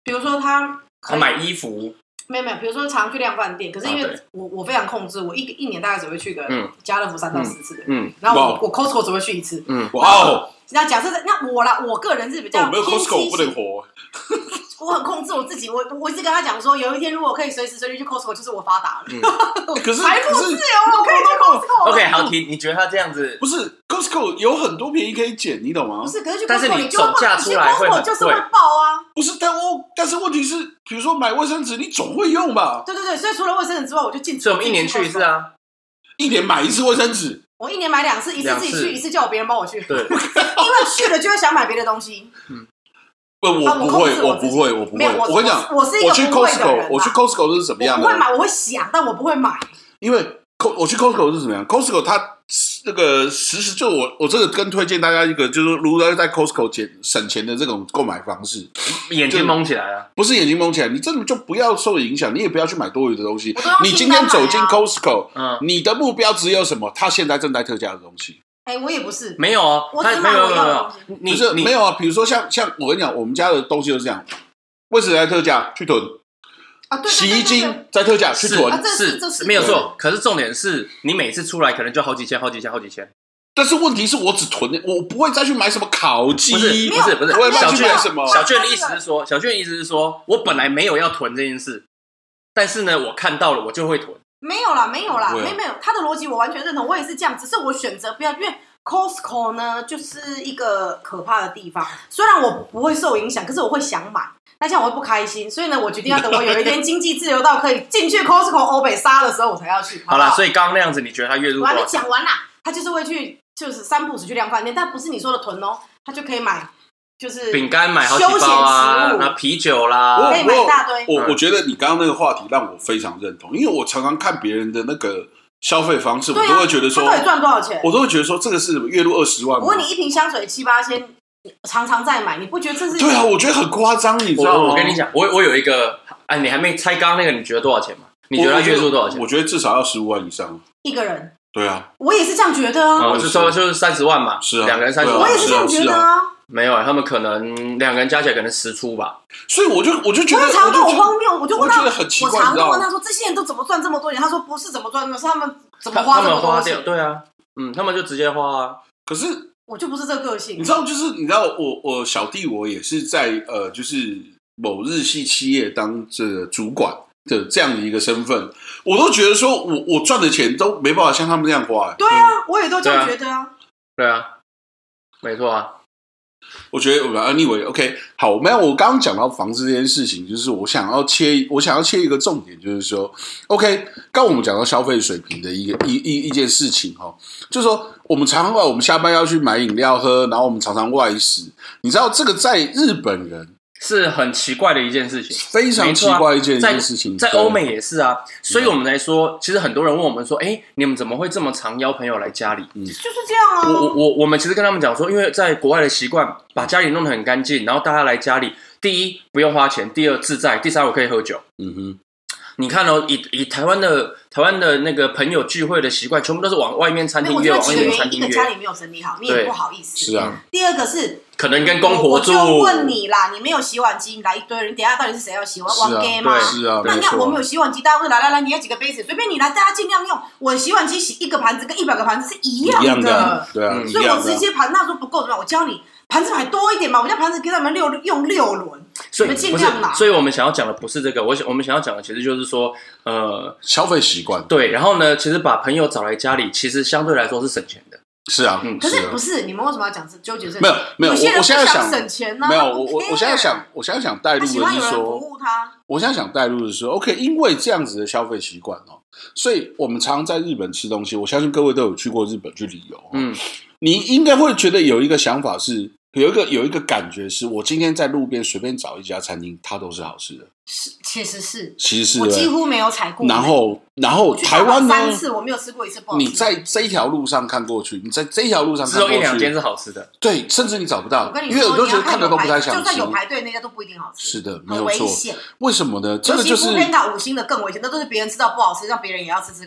比如说他他买衣服。 没有没有，比如说常去量饭店，可是因为我、啊、我非常控制，我一一年大概只会去个家乐福三到四次的，嗯，然后我、我 Costco 只会去一次，嗯，哇哦。那假设那我啦，我个人是比较偏激型，不能活。 我很控制我自己，我我一直跟他讲说，有一天如果可以随时随地去 Costco， 就是我发达了。嗯、 可是财富自由了，我可以去 Costco。 OK， 好，你你觉得他这样子不是 Costco 有很多便宜可以捡，你懂吗？ 不是，可是去 Costco 但是你总价出来会很贵， 就是会爆啊。 不是，但我但是问题是，比如说买卫生纸，你总会用吧？ 对对对，所以除了卫生纸之外，我就进。 所以我们一年去一次啊， 一年买一次卫生纸。 我一年买两次，一次自己去，一次叫我别人帮我去。 对，因为去了就会想买别的东西。 嗯，不，我不会，我不会，我不会。我跟你讲， 我是一个去 Costco， 我去 Costco 是怎么样的？ 我不会买，我会想，但我不会买。 因为我去 Costco 是怎么样 ？Costco 它那个实时就我我这个跟推荐大家一个，就是如何在 Costco 减省钱的这种购买方式。 眼睛蒙起来啊！ 不是眼睛蒙起来，你真的就不要受影响，你也不要去买多余的东西。你今天走进 Costco， 嗯，你的目标只有什么？它现在正在特价的东西。 哎、欸，我也不是， 没有哦， 我只买我要的东西。 不是没有啊，比如说像像我跟你讲，我们家的东西就是这样，卫生纸在特价去囤。 啊、对对对对对洗衣精在特价去囤、 啊、 是, 是, 是没有错，可是重点是你每次出来可能就好几千、好几千、好几千。 但是问题是我只囤，我不会再去买什么烤鸡， 不是不是不是。小卷什么？ 小卷的意思是说，小卷的意思是说我本来没有要囤这件事，但是呢，我看到了我就会囤。 没有啦，没有啦，没没有，他的逻辑我完全认同，我也是这样，只是我选择不要，因为 Costco 呢就是一个可怕的地方。虽然我不会受影响，可是我会想买。那这样我会不开心，所以呢，我决定要等我有一天经济自由到可以进去 Costco 欧北沙的时候，我才要去。好啦，所以刚刚那样子，你觉得他月入多少？ 我还没讲完啦，他就是会去，就是三不五时去量饭店，但不是你说的囤哦，他就可以买，就是饼干买好几包啊，然后啤酒啦， 可以买一大堆。 我我觉得你刚刚那个话题让我非常认同，因为我常常看别人的那个消费方式，我都会觉得说， 他到底赚多少钱？ 我都会觉得说，这个是月入二十万。 我问你，一瓶香水七八千。常常在买，你不觉得这是？ 对啊，我觉得很夸张，你知道吗？ 我, 我跟你讲，我我有一个，哎、啊，你还没猜刚刚那个，你觉得多少钱吗？你觉得他月入多少钱？ 我觉得至少要十五万以上。 一个人？ 对啊， 我也是这样觉得啊。 我、哦、是说就是三十万嘛， 是啊， 两个人三十万， 我也是这样觉得啊。 没有，他们可能两个人加起来可能十出吧。 所以我就我就觉得， 我常跟我荒谬，我就问他， 我, 很奇怪我常跟问他说，这些人都怎么赚这么多钱？他说不是怎么赚，是他们怎么花这么多钱。 对啊，嗯，他们就直接花啊。 可是。 我就不是这个个性， 你知道，就是你知道，我我小弟我也是在呃，就是某日系企业当这个主管的这样的一个身份，我都觉得说我我赚的钱都没办法像他们那样花、欸。 对啊，我也都这样觉得啊。 对啊，没错啊。 我觉得我们 anyway OK 好，我们要我刚刚讲到房子这件事情，就是我想要切，我想要切一个重点，就是说 OK， 刚我们讲到消费水平的一个一一一件事情哈，就是说我们常常我们下班要去买饮料喝，然后我们常常外食，你知道这个在日本人是很奇怪的一件事情， 非常奇怪的一件一件事情， 在欧美也是啊，所以我们来说，其实很多人问我们说，哎，你们怎么会这么常邀朋友来家里？ 嗯，就是这样啊。 我我我们其实跟他们讲说，因为在国外的习惯，把家里弄得很干净，然后大家来家里，第一不用花钱，第二自在，第三我可以喝酒。嗯哼。你看哦，以以台湾的台湾的那个朋友聚会的习惯，全部都是往外面餐厅约，往外面餐厅约。 一个家里没有整理好，你也不好意思。 是啊。 第二个是可能跟公婆住。 我就问你啦，你没有洗碗机，来一堆人，等一下到底是谁要洗碗？玩 gay 吗？ 是啊。 那你看我没有洗碗机，大家会来来来，你要几个杯子，随便你来，大家尽量用。我洗碗机洗一个盘子跟一百个盘子是一样的。 一样的。对啊。 所以我直接盘，那说不够怎么样？我教你。盘子买多一点嘛，我家盘子给他们六用六轮， 所以你们尽量拿。 所以我们想要讲的不是这个，我我们想要讲的其实就是说，呃， 消费习惯。 对，然后呢，其实把朋友找来家里，其实相对来说是省钱的。 是啊， 嗯，可是不是你们为什么要讲是纠结这？ 没有没有， 有些人我现在想省钱呢， 没有我我我现在想我现在想带入的是说， 他喜欢有人服务他。 我现在想带入的是说 ，OK， 因为这样子的消费习惯哦，所以我们常常在日本吃东西。我相信各位都有去过日本去旅游，嗯，你应该会觉得有一个想法是。有一个有一个感觉是，我今天在路边随便找一家餐厅，它都是好吃的。 是，其实是， 其实是， 我几乎没有踩过。 然后，然后台湾呢？ 三次我没有吃过一次不好吃。 你在这一条路上看过去，你在这一条路上看过去， 只有一两间是好吃的。 对，甚至你找不到。 我跟你说，因为我都觉得看的都不太像。 就算有排队，那家都不一定好吃。 是的，没有错。为什么呢？这个就是偏到五星的更危险，那都是别人知道不好吃，让别人也要吃吃看的。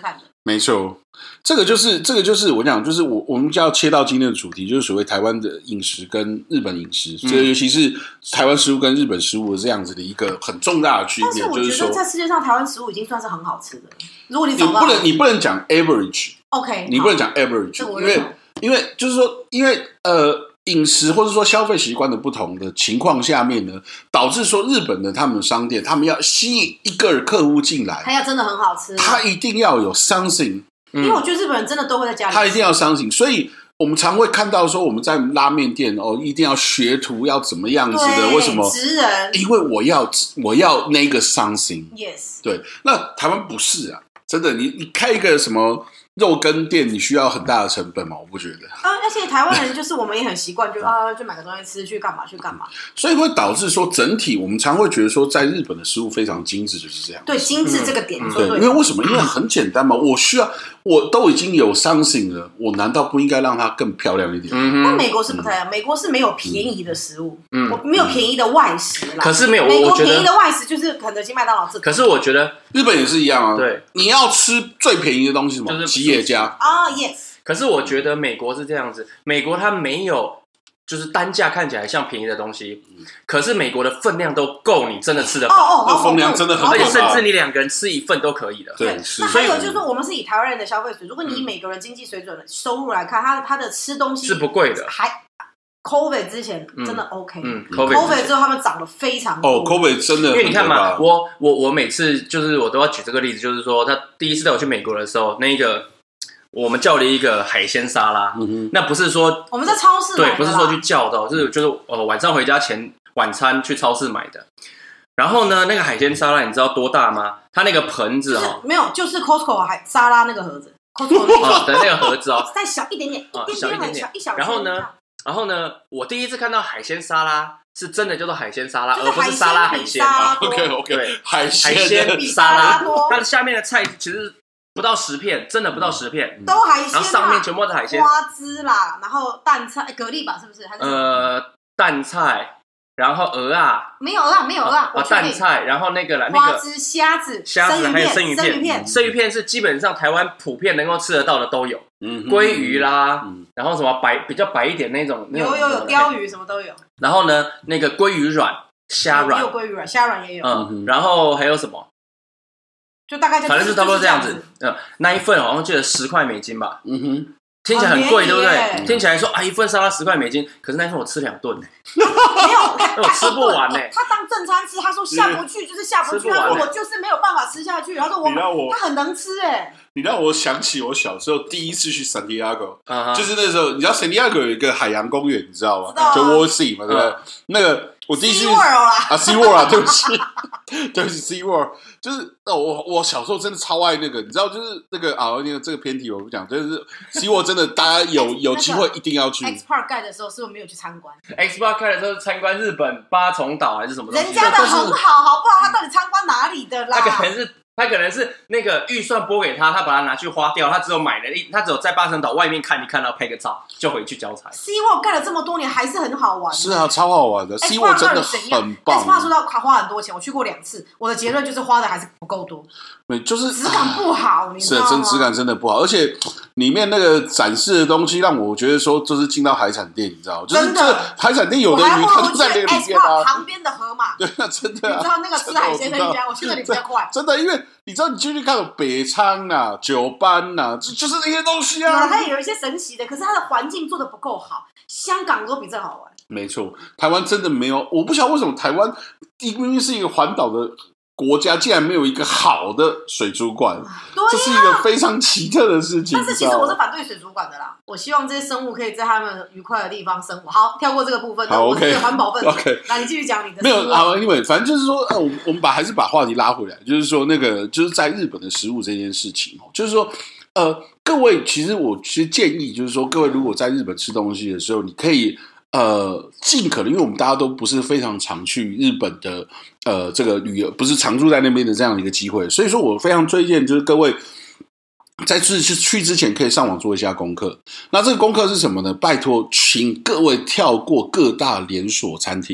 没错。这个就是这个就是我讲，就是我我们就要切到今天的主题，就是所谓台湾的饮食跟日本饮食，这、嗯、尤其是台湾食物跟日本食物的这样子的一个很重大的区别。 但是我觉得在世界上，台湾食物已经算是很好吃的了。如果你找到你不能你不能讲 average，OK， 你不能讲 average， 因为因为就是说，因为呃饮食或者说消费习惯的不同的情况下面呢，导致说日本的他们的商店，他们要吸引一个客户进来， 他要真的很好吃， 他一定要有 something。 因为我觉得日本人真的都会在家里吃， 他一定要相信，所以我们常会看到说我们在拉面店哦，一定要学徒要怎么样子的？为什么？ 职人， 因为我要我要那个 something。Yes， 对，那台湾不是啊，真的，你你开一个什么肉羹店，你需要很大的成本吗？我不觉得。 啊，而且台湾人就是我们也很习惯，就啊，就买个东西吃，去干嘛去干嘛。 所以会导致说整体，我们常会觉得说，在日本的食物非常精致，就是这样。 对，精致这个点， 嗯、对，因为为什么？因为很简单嘛，我需要。我都已经有 something 了，我难道不应该让它更漂亮一点？ 嗯，那美国是不太一样，美国是没有便宜的食物，嗯，没有便宜的外食啦。 可是没有， 美国便宜的外食就是肯德基、麦当劳这。 可是我觉得日本也是一样啊。 对， 你要吃最便宜的东西，什么？就是吉野家啊 ，yes。 可是我觉得美国是这样子，美国它没有。就是单价看起来像便宜的东西，可是美国的分量都够你真的吃得饱。 哦哦， 那分量真的很大， 而且甚至你两个人吃一份都可以的。 对， 那还有就是说，我们是以台湾人的消费水，如果你以每个人经济水准的收入来看，他他的吃东西是不贵的。 还 COVID 之前真的 OK， 嗯 ，COVID 之后他们涨了非常多。 哦 ，COVID 真的， 因为你看嘛，我我我每次就是我都要举这个例子，就是说他第一次带我去美国的时候，那个。我们叫了一个海鲜沙拉，嗯、那不是说我们在超市买的， 对，不是说去叫的，就是就是呃晚上回家前晚餐去超市买的。然后呢，那个海鲜沙拉你知道多大吗？它那个盆子哦， 没有，就是 Costco 海沙拉那个盒子 ，Costco 那个、哦、的那个盒子哦， 再小一点点， 哦、 一点点， 小一点点， 一小。 然后呢，然后呢，我第一次看到海鲜沙拉是真的叫做海鲜沙拉， 就是、 而不是沙拉海鲜。 OK OK， 海鲜海鲜沙拉，它的下面的菜其实。不到十片，真的不到十片， 都海鲜， 然后上面全部都是海鲜， 花枝啦，然后蛋菜、蛤蜊吧，是不是？还是呃，蛋菜，然后鹅啊， 没有啦，没有啦， 啊，蛋菜，然后那个啦，那个花枝、虾子、 虾子还有生鱼片， 片，生鱼片是基本上台湾普遍能够吃得到的都有，嗯，鲑鱼啦，嗯，然后什么白比较白一点那种， 有有有鲷鱼什么都有， 然后呢，那个鲑鱼卵、虾软， 也有鲑鱼卵、虾软也有， 嗯，然后还有什么？ 就大概就反正是差不多这样子，嗯，那一份好像记得十块美金吧，嗯哼，听起来很贵，对不对？听起来说啊，一份沙拉十块美金，可是那一份我吃两顿呢， 没有， 我吃不完呢。 他当正餐吃，他说下不去就是下不去，他说我就是没有办法吃下去，他说我他很能吃哎。 你让我想起我小时候第一次去圣地亚哥，就是那时候你知道圣地亚哥有一个海洋公园，你知道吗？就 World Sea 嘛，对不对？那个我第一次 Sea World 啦， 啊 Sea World 啊，对不起，对不起 Sea World， 就是哦，我我小时候真的超爱那个，你知道，就是那个啊，那个这个偏题我不讲，就是 Sea World 真的大家有有机会一定要去。 X Park 盖的时候是不是没有去参观 ？X Park 盖的时候参观日本八重岛还是什么东西？ 人家的很好，好不好？他到底参观哪里的啦？ 那可能是。他可能是那个预算拨给他，他把它拿去花掉，他只有买了一，他只有在八重岛外面看一看到拍个照就回去交差。 Sea World 盖了这么多年还是很好玩， 是啊，超好玩的。Sea World 真的很棒。 X Park 说到花很多钱，我去过两次，我的结论就是花的还是不够多， 对，就是质感不好，你知道吗？ 是真质感真的不好，而且里面那个展示的东西让我觉得说，就是进到海产店，你知道吗？就是这海产店有的鱼，它就在那个里面啊， 旁边的河马， 对啊，真的， 你知道那个吃海鲜的一家，我去那里比较快， 真的，因为你知道你进去看有北仓啊、九班啊，就就是那些东西啊。 有它也有一些神奇的，可是它的环境做的不够好，香港都比这好玩。 没错，台湾真的没有，我不晓得为什么台湾明明是一个环岛的国家，竟然没有一个好的水族馆， 啊、 这是一个非常奇特的事情。 但是其实我是反对水族馆的啦，我希望这些生物可以在他们愉快的地方生活。好，跳过这个部分， 好 ，OK， 我是环保分子。 OK， 那你继续讲你的。 没有好，因为反正就是说，呃，我我们把还是把话题拉回来，就是说那个就是在日本的食物这件事情哦，就是说，呃，各位其实我其实建议就是说，各位如果在日本吃东西的时候，你可以。呃，尽可能，因为我们大家都不是非常常去日本的，呃，这个旅游不是常住在那边的这样的一个机会，所以说我非常推荐，就是各位在去去之前可以上网做一下功课。那这个功课是什么呢？拜托，请各位跳过各大连锁餐厅，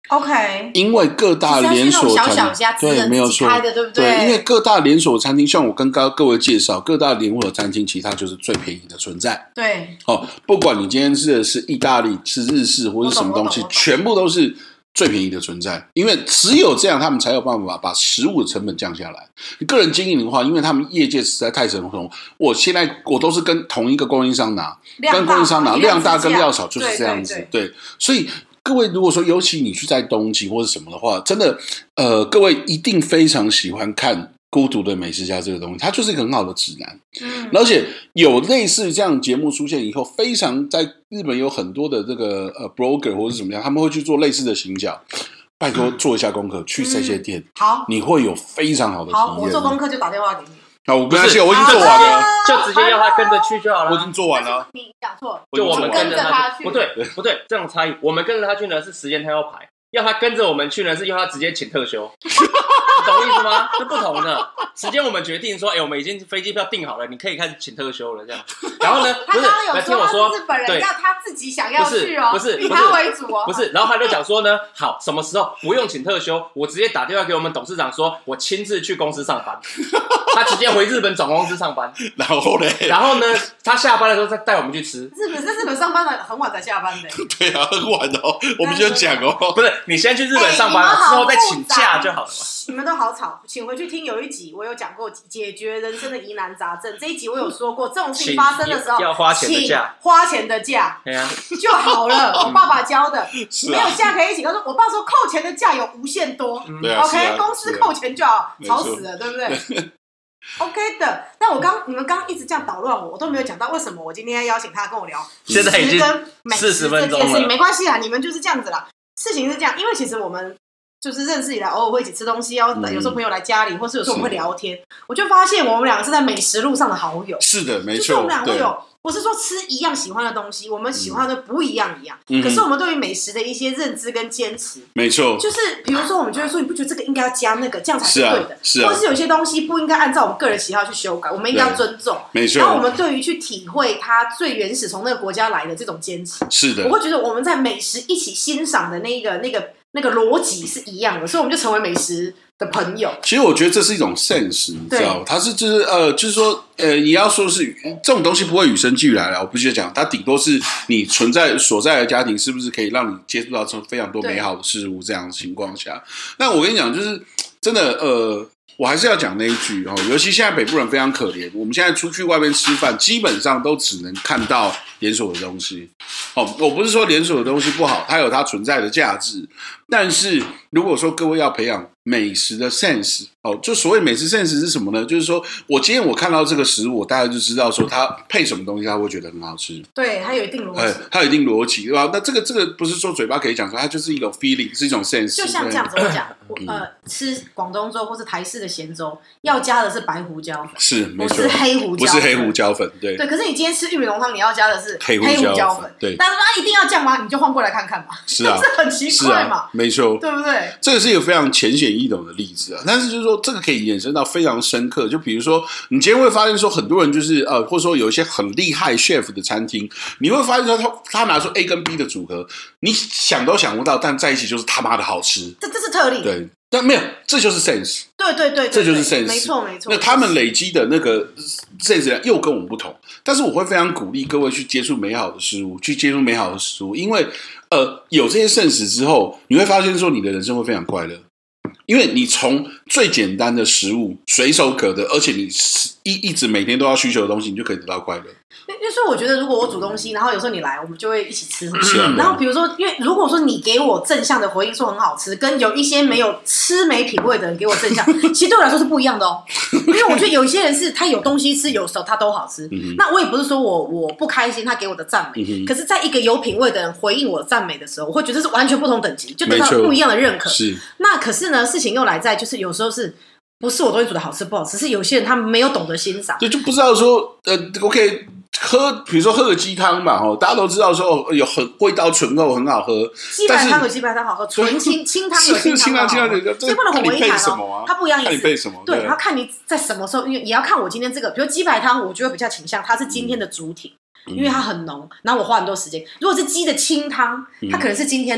OK， 因为各大连锁餐厅， 小小家对，没有错， 开的，对不对？ 对，因为各大连锁餐厅，像我跟各位介绍，各大连锁餐厅其实它就是最便宜的存在。 对， 哦，不管你今天吃的是意大利、是日式或是什么东西，全部都是最便宜的存在。因为只有这样，他们才有办法把食物的成本降下来。你个人经营的话，因为他们业界实在太成熟，我现在我都是跟同一个供应商拿，跟供应商拿，量大跟量少就是这样子。对，对对对，所以。各位，如果说尤其你去在东京或者什么的话，真的，呃，各位一定非常喜欢看《孤独的美食家》这个东西，它就是一个很好的指南。嗯，而且有类似这样节目出现以后，非常在日本有很多的这个呃 blogger 或者怎么样，他们会去做类似的行脚。拜托做一下功课，去这些店， 嗯、好， 你会有非常好的体验。 好，我做功课就打电话给你。 好，我没关系，我已经做完了， 就直接要他跟着去就好了。 我已经做完了。 你讲错， 就我们跟着他去。 不对，不对，这种差异。我们跟着他去呢，是时间他要排；要他跟着我们去呢，是要他直接请特休。你懂意思吗？是不同的时间。我们决定说，哎、欸，我们已经飞机票订好了，你可以开始请特休了，这样。然后呢， 他刚刚有说他是日本人要他自己想要去哦， 不是， 以他为主哦， 不是。然后他就讲说呢，好，什么时候不用请特休，我直接打电话给我们董事长说，我亲自去公司上班。他直接回日本总公司上班， 然后呢？ 然后呢？他下班的时候再带我们去吃。 日本在日本上班的很晚才下班的。 对啊，很晚哦。我们就讲哦， 不是你先去日本上班了，欸、之后再请假就好了嘛。 你们都好吵，请回去听有一集，我有讲过解决人生的疑难杂症。这一集我有说过，这种事情发生的时候要花钱的假， 花钱的假， 对啊， 就好了。我爸爸教的， 啊、 没有假可以请。他说，我爸说扣钱的假有无限多。 嗯、 OK，、 啊、 公司扣钱就好，吵死了，对不对？OK 的，但我刚你们刚一直这样捣乱我，我都没有讲到为什么我今天要邀请他跟我聊现在已经四十分钟了， 没关系啦，你们就是这样子啦。事情是这样，因为其实我们就是认识以来，偶尔会一起吃东西，嗯、有时候朋友来家里，或是有时候我们会聊天，我就发现我们两个是在美食路上的好友。 是的，没错， 就是我们两个会有。不是说吃一样喜欢的东西，我们喜欢的不一样一样。嗯、可是我们对于美食的一些认知跟坚持， 没错， 就是比如说我们就会说，你不觉得这个应该要加那个，这样才是对的， 是啊， 或者是有些东西不应该按照我们个人喜好去修改，我们应该要尊重。 没错。 然后我们对于去体会它最原始从那个国家来的这种坚持， 是的， 我会觉得我们在美食一起欣赏的那个那个那个逻辑是一样的，所以我们就成为美食的朋友。 其实我觉得这是一种 sense， 你知道，它是就是呃，就是说呃，你要说是这种东西不会与生俱来了，我不去讲，它顶多是你存在所在的家庭是不是可以让你接触到非常多美好的事物这样的情况下。那我跟你讲，就是真的呃。我还是要讲那一句哦，尤其现在北部人非常可怜，我们现在出去外面吃饭，基本上都只能看到连锁的东西。哦，我不是说连锁的东西不好，它有它存在的价值。但是如果说各位要培养美食的 sense， 哦，就所谓美食 sense 是什么呢？就是说我今天我看到这个食物，我大概就知道说它配什么东西，它会觉得很好吃。 对，它有一定逻辑， 哎，它有一定逻辑，对吧？那这个这个不是说嘴巴可以讲出来，它就是一种 feeling， 是一种 sense。 就像这样子我讲，呃，吃广东粥或是台式的咸粥，要加的是白胡椒粉， 是没错， 不是黑胡椒粉， 不是黑胡椒粉，对对。可是你今天吃玉米浓汤，你要加的是黑胡椒粉， 对。 但是它一定要这样吗？你就换过来看看嘛， 是啊， 这很奇怪嘛， 啊、没错， 对不对？ 这个是一个非常浅显易懂的例子啊，但是就是说这个可以衍生到非常深刻，就比如说你今天会发现说很多人就是呃，或者说有一些很厉害 chef 的餐厅，你会发现说他他拿出 A 跟 B 的组合，你想都想不到，但在一起就是他妈的好吃， 这这是特例， 对。但没有，这就是 sense。 对对 对, 对， 这就是 sense， 没错没错。 那他们累积的那个 sense 又跟我们不同，但是我会非常鼓励各位去接触美好的事物，去接触美好的食物，因为呃有这些 sense 之后，你会发现说你的人生会非常快乐，因为你从最简单的食物随手可得，而且你一一直每天都要需求的东西，你就可以得到快乐。 就是我觉得，如果我煮东西，然后有时候你来，我们就会一起吃。 是然后比如说，因为如果说你给我正向的回应说很好吃，跟有一些没有吃没品味的人给我正向，其实对我来说是不一样的哦。因为我觉得有一些人是他有东西吃，有时候他都好吃。嗯、那我也不是说我我不开心他给我的赞美，嗯、可是在一个有品味的人回应我的赞美的时候，我会觉得是完全不同等级，就得到不一样的认可。 是。 那可是呢，事情又来在就是有时候是。不是我东西煮的好吃不好吃，是有些人他没有懂得欣赏， 对，就不知道说呃 ，OK， 喝，比如说喝个鸡汤嘛，哈，大家都知道说有很味道醇厚很好喝， 鸡白汤有鸡白汤好喝，纯清清汤有清汤好喝，这不能混为一谈哦，它不一样意思。 看你配什么？ 对，然后看你在什么时候，因为也要看我今天这个，比如鸡白汤，我就会比较倾向它是今天的主体。因为它很浓，然后我花很多时间。如果是鸡的清汤，它可能是今天的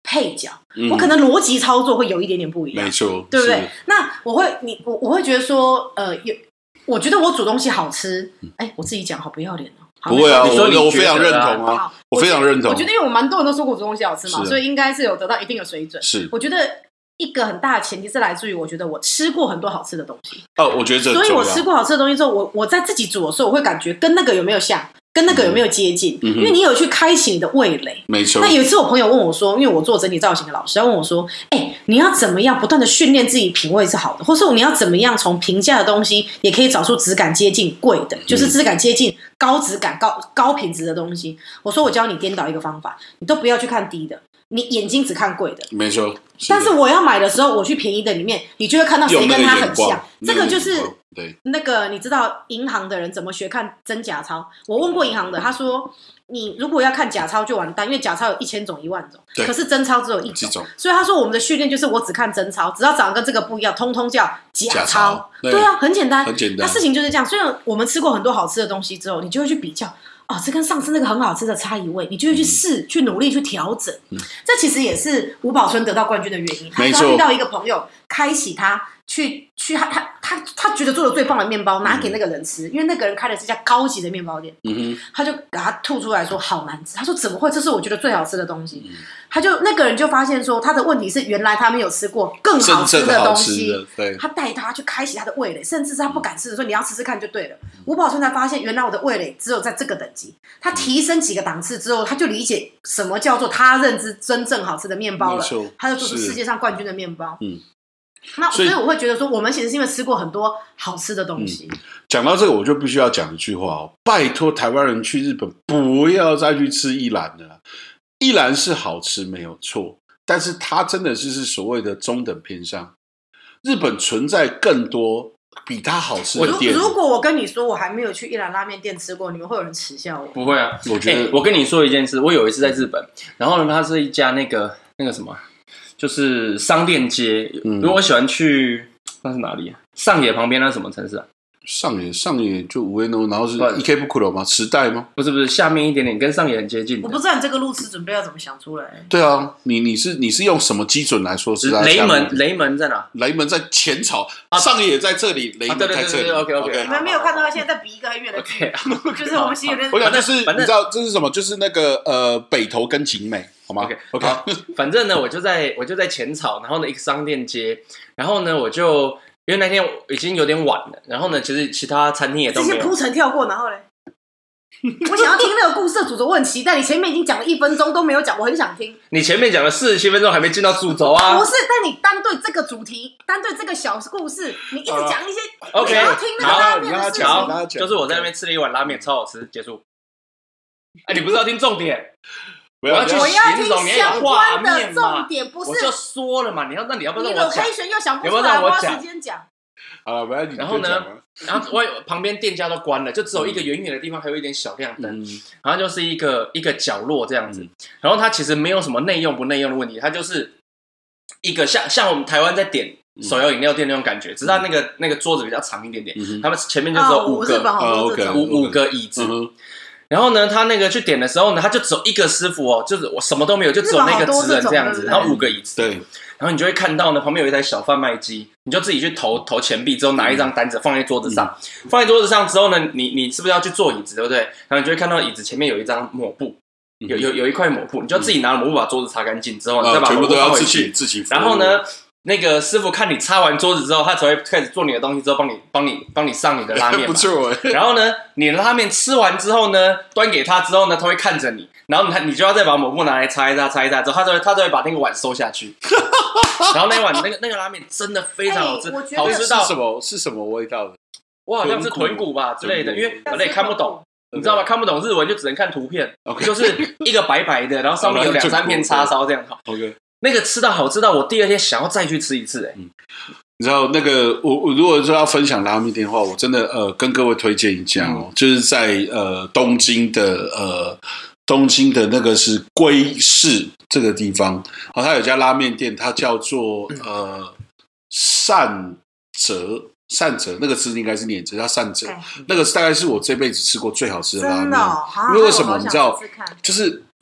配角， 嗯、 我可能逻辑操作会有一点点不一样， 没错， 对不对？那我会，你我我会觉得说，呃，有，我觉得我煮东西好吃，哎，我自己讲好不要脸哦。 不会啊， 你说你我我非常认同啊， 好我非常认同。 我觉得因为我蛮多人都说过煮东西好吃嘛， 是所以应该是有得到一定的水准。 是， 我觉得一个很大的前提是来自于我觉得我吃过很多好吃的东西。 哦，我觉得这很重要。 所以我吃过好吃的东西之后，我我在自己煮的时候，我会感觉跟那个有没有像，跟那个有没有接近， 嗯、 因为你有去开启你的味蕾。 没错。 那有一次我朋友问我说，因为我做整体造型的老师，他问我说：“哎、欸，你要怎么样不断的训练自己品味是好的，或是你要怎么样从平价的东西也可以找出质感接近贵的，就是质感接近高质感、高高品质的东西？”我说我教你颠倒一个方法，你都不要去看低的，你眼睛只看贵的。 没错。 但是我要买的时候，我去便宜的里面，你就会看到谁跟他很像。这个就是对那个你知道银行的人怎么学看真假钞？我问过银行的，他说你如果要看假钞就完蛋，因为假钞有一千种、一万种，可是真钞只有一种。种所以他说我们的训练就是我只看真钞，只要长得跟这个不一样，通通叫假钞。对, 对啊，很简单， 很简单。 那事情就是这样。所以我们吃过很多好吃的东西之后，你就会去比较。哦，这跟上次那个很好吃的差一位，你就会去试、嗯、去努力去调整、嗯。这其实也是吴宝春得到冠军的原因。他遇到一个朋友，开启他去去他他他他觉得做的最棒的面包，拿给那个人吃，嗯、因为那个人开的是一家高级的面包店。嗯哼，他就给他吐出来说好难吃。他说怎么会？这是我觉得最好吃的东西。嗯、他就那个人就发现说，他的问题是原来他没有吃过更好吃的东西。 对， 他带他去开启他的味蕾，甚至是他不敢吃的时候，你要吃吃看就对了。嗯、吴宝春才发现，原来我的味蕾只有在这个等级。他提升几个档次之后，他就理解什么叫做他认知真正好吃的面包了，他就做出世界上冠军的面包。嗯，那所以我会觉得说，我们其实是因为吃过很多好吃的东西。 讲、嗯、到这个，我就必须要讲一句话哦，拜托台湾人去日本不要再去吃一兰了。一兰是好吃没有错，但是它真的是是所谓的中等偏上。日本存在更多比它好吃的店。 如果我跟你说我还没有去一兰拉面店吃过，你们会有人耻笑我？ 不会啊， 我觉得、 欸、我跟你说一件事，我有一次在日本，然后呢，它是一家那个那个什么，就是商店街。嗯，因为我喜欢去，那是哪里啊？上野旁边那是什么城市啊？ 上野上野就五位 no， 然后是 Ikebukuro 吗？时代吗？ 不是不是，下面一点点，跟上野很接近。 我不知道你这个路痴准备要怎么想出来。 对啊，你你是你是用什么基准来说是雷门？雷门在哪？ 雷门在浅草，啊、上野在这里，雷门在这里。 啊、OK OK， 你们没有看到他现在在比一个很远的距离， okay, 就是我们心里面。 我想就是你知道这是什么？就是那个呃北投跟景美，好吗 ？OK OK， 反正呢，我就在我就在浅草，然后呢一个商店街，然后呢我就。因为那天已经有点晚了，然后呢，其实其他餐厅也都没有。 这些铺陈跳过，然后嘞，我想要听那个故事的主轴，我很期待。你前面已经讲了一分钟都没有讲，我很想听。 你前面讲了四十七分钟，还没进到主轴啊？ 不是，但你单对这个主题，单对这个小故事，你一直讲一些 ，OK， 想要听那个拉面的事情。 好，就是我在那边吃了一碗拉面，超好吃，结束。哎，你不是要听重点？我要去形容你有画面嘛？ 重点不是我就说了嘛，你要那你要不要让我讲？ 你又想不出来，花时间讲。 好了， 然后呢，然后外旁边店家都关了，就只有一个远远的地方还有一点小亮灯，嗯、然后就是一个一个角落这样子。嗯、然后它其实没有什么内用不内用的问题，它就是一个像像我们台湾在点手摇饮料店那种感觉，只是它那个那个桌子比较长一点点，嗯、他们前面就只有五个、 哦、 五五个椅子。嗯然后呢，他那个去点的时候呢，他就只有一个师傅哦，就是我什么都没有，就只有那个职人这样子，然后五个椅子。 对， 然后你就会看到呢，旁边有一台小贩卖机，你就自己去投投钱币，之后拿一张单子放在桌子上，嗯、放在桌子上之后呢，你你是不是要去坐椅子，对不对？然后你就会看到椅子前面有一张抹布，有有有一块抹布，你就自己拿了抹布把桌子擦干净之后，你再把抹布放回去， 自己然后呢？那个师傅看你擦完桌子之后，他才会开始做你的东西，之后帮你帮你帮你上你的拉面嘛。 不错。 然后呢，你的拉面吃完之后呢，端给他之后呢，他会看着你，然后你你就要再把抹布拿来擦一擦，擦一擦之后，他就会他就会把那个碗收下去。然后那碗那个那个拉面真的非常好吃，欸、好吃到是什么是什么味道的？ 我好像是豚骨吧之类的，因为我也看不懂。你知道吗？看不懂日文就只能看图片， okay. 就是一个白白的，然后上面有两三片叉烧这样。 OK。 那个吃到好吃到我第二天想要再去吃一次哎、欸嗯， 你知道那个我我如果说要分享拉面店的话，我真的呃跟各位推荐一家哦，嗯、就是在呃东京的呃东京的那个是龟市这个地方，好、哦，它有家拉面店，它叫做呃善哲善哲，那个字应该是念哲，叫善哲，嗯、那个大概是我这辈子吃过最好吃的拉面， 真的、哦， 因为为什么你知道？就是。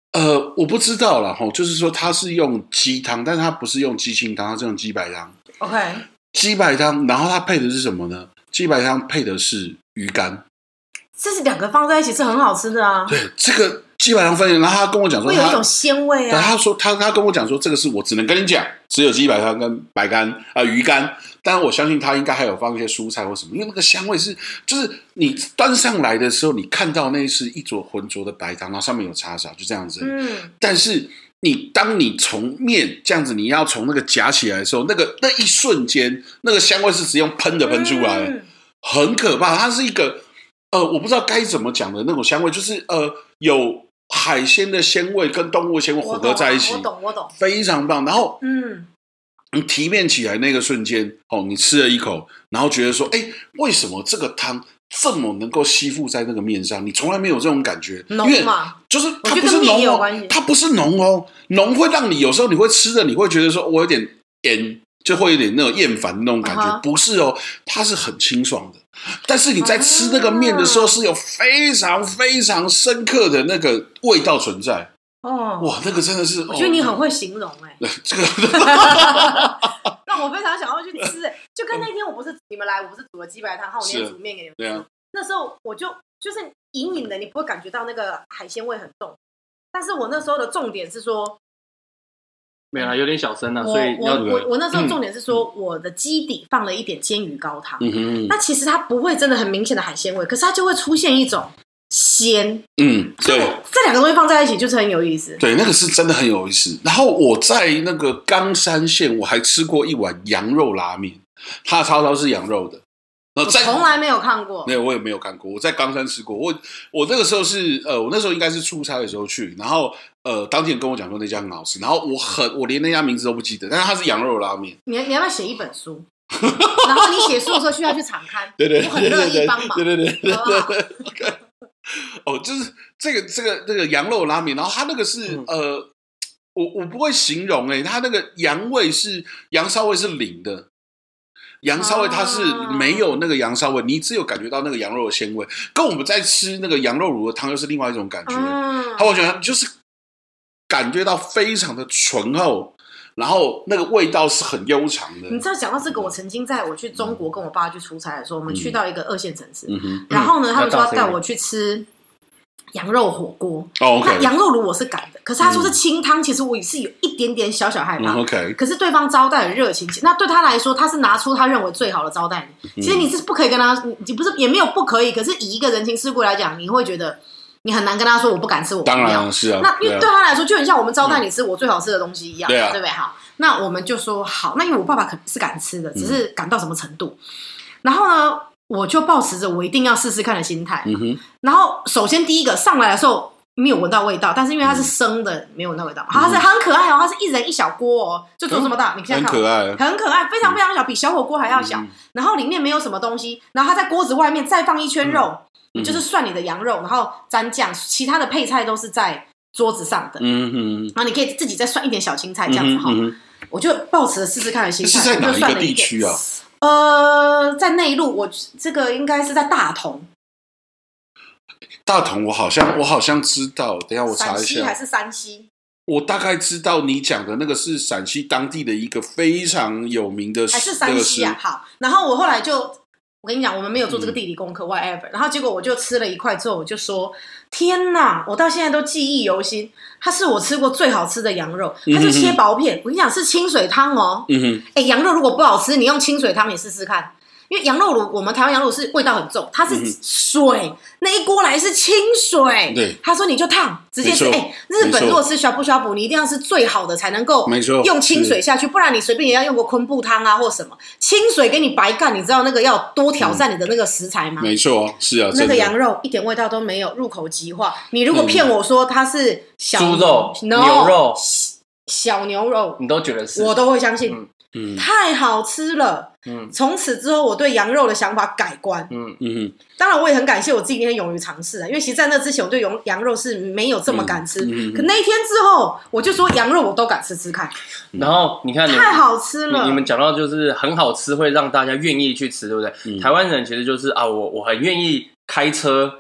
呃，我不知道啦，吼，就是说它是用鸡汤，但是它不是用鸡清汤，它是用鸡白汤。 OK， 鸡白汤，然后它配的是什么呢？鸡白汤配的是鱼干， 这是两个放在一起是很好吃的啊。 对，这个鸡白汤分，然后他跟我讲说， 会有一种鲜味啊。 他说他他跟我讲说，这个是我只能跟你讲，只有鸡白汤跟白干啊、呃、鱼干，但我相信他应该还有放一些蔬菜或什么，因为那个香味是，就是你端上来的时候，你看到那是一坨浑浊的白汤，然后上面有叉烧，就这样子。嗯，但是你当你从面这样子，你要从那个夹起来的时候，那个那一瞬间，那个香味是直接用喷的喷出来，嗯、很可怕。它是一个呃，我不知道该怎么讲的那种香味，就是呃有。海鲜的鲜味跟动物的鲜味混合在一起， 我懂，我懂， 非常棒。然后，嗯，你提面起来那个瞬间，哦，你吃了一口，然后觉得说，哎，为什么这个汤这么能够吸附在那个面上？你从来没有这种感觉， 浓嘛， 就是它不是浓哦，它不是浓哦，浓会让你有时候你会吃的，你会觉得说我有点咸，就会有点那种厌烦的那种感觉。Uh-huh. 不是哦，它是很清爽的。但是你在吃那个面的时候，是有非常非常深刻的那个味道存在。哦，哇，那个真的是， 我觉得你很会形容哎、欸， 这个让我非常想要去吃、欸。就跟那天我不是你们来，我不是煮了鸡白汤，然后我那天煮面给你们吃。啊、那时候我就就是隐隐的，你不会感觉到那个海鲜味很重。但是我那时候的重点是说。 没有啦，有点小声啊，所以我我我那时候重点是说，嗯、我的基底放了一点煎鱼高汤，嗯哼，那其实它不会真的很明显的海鲜味，可是它就会出现一种鲜，嗯，对，这两个东西放在一起就是很有意思， 对，那个是真的很有意思。然后我在那个冈山县，我还吃过一碗羊肉拉面，它的叉烧是羊肉的。 我从来没有看过， 没有，我也没有看过。我在冈山吃过，我我那个时候是呃，我那时候应该是出差的时候去，然后呃，当地人跟我讲说那家很好吃，然后我很我连那家名字都不记得，但是它是羊肉拉面。 你你要不要写一本书？然后你写书的时候需要去场刊， 对对， 我很乐意帮忙， 对对对对对对。哦，就是这个这个这个羊肉拉面，然后它那个是、嗯、呃，我我不会形容哎、欸，它那个羊味是羊骚味是零的。羊骚味它是没有那个羊骚味，你只有感觉到那个羊肉的鲜味，跟我们在吃那个羊肉卤的汤又是另外一种感觉。它我觉得就是感觉到非常的醇厚，然后那个味道是很悠长的。 你知道讲到这个，我曾经在我去中国跟我爸去出差的时候，我们去到一个二线城市，嗯、然后呢，他们说要带我去吃羊肉火锅。 哦 okay、 那羊肉卤我是敢的，可是他说是清汤，嗯、其实我也是有一点点小小害怕。 嗯、OK， 可是对方招待很热情，那对他来说，他是拿出他认为最好的招待你。嗯、其实你是不可以跟他，你不是也没有不可以，可是以一个人情世故来讲，你会觉得你很难跟他说我不敢吃，我不要。 当然是啊。 那因为对他来说，就很像我们招待你吃我最好吃的东西一样， 对啊， 对不对？好，那我们就说好。那因为我爸爸可是敢吃的，只是敢到什么程度。嗯、然后呢？我就抱持着我一定要试试看的心态，嗯哼。然后首先第一个上来的时候没有闻到味道，但是因为它是生的，嗯、没有闻到味道。它是很可爱哦，它是一人一小锅哦，就做这么大，嗯、你现在看， 很可爱， 很可爱，非常非常小，比小火锅还要小。嗯、然后里面没有什么东西，然后它在锅子外面再放一圈肉，嗯、就是涮你的羊肉，然后沾酱，其他的配菜都是在桌子上的。嗯哼。然后你可以自己再涮一点小青菜，这样子哈。嗯、我就抱持着试试看的心态。 是在哪一个地区啊？ 呃，在内陆，我这个应该是在大同。 大同，我好像我好像知道，等一下我查一下。 陕西还是山西？ 我大概知道你讲的那个是陕西当地的一个非常有名的， 还是山西啊？好，然后我后来就，我跟你讲，我们没有做这个地理功课、嗯、，whatever。然后结果我就吃了一块之后，我就说：天哪！我到现在都记忆犹新。它是我吃过最好吃的羊肉，它是切薄片。嗯、我跟你讲，是清水汤哦。嗯哼。哎，羊肉如果不好吃，你用清水汤你试试看。因为羊肉卤，我们台湾羊肉是味道很重，它是水，嗯、那一锅来是清水。 对， 他说你就烫，直接吃。哎、欸，日本如果吃呷哺呷哺，你一定要是最好的才能够， 没错， 用清水下去，不然你随便也要用个昆布汤啊或什么，清水给你白干，你知道那个要多挑战你的那个食材吗？ 嗯、没错，是啊， 那个羊肉一点味道都没有，入口即化。你如果骗我说它是小猪肉、 no, 牛肉、 小牛肉， 你都觉得是， 我都会相信。 嗯嗯， 太好吃了。嗯，从此之后，我对羊肉的想法改观。嗯嗯，当然我也很感谢我自己那天勇于尝试啊，因为其实在那之前我对羊羊肉是没有这么敢吃。嗯嗯、可那一天之后，我就说羊肉我都敢吃吃看。 然后你看， 太好吃了。 你, 你们讲到就是很好吃，会让大家愿意去吃，对不对？嗯、台湾人其实就是啊，我我很愿意开车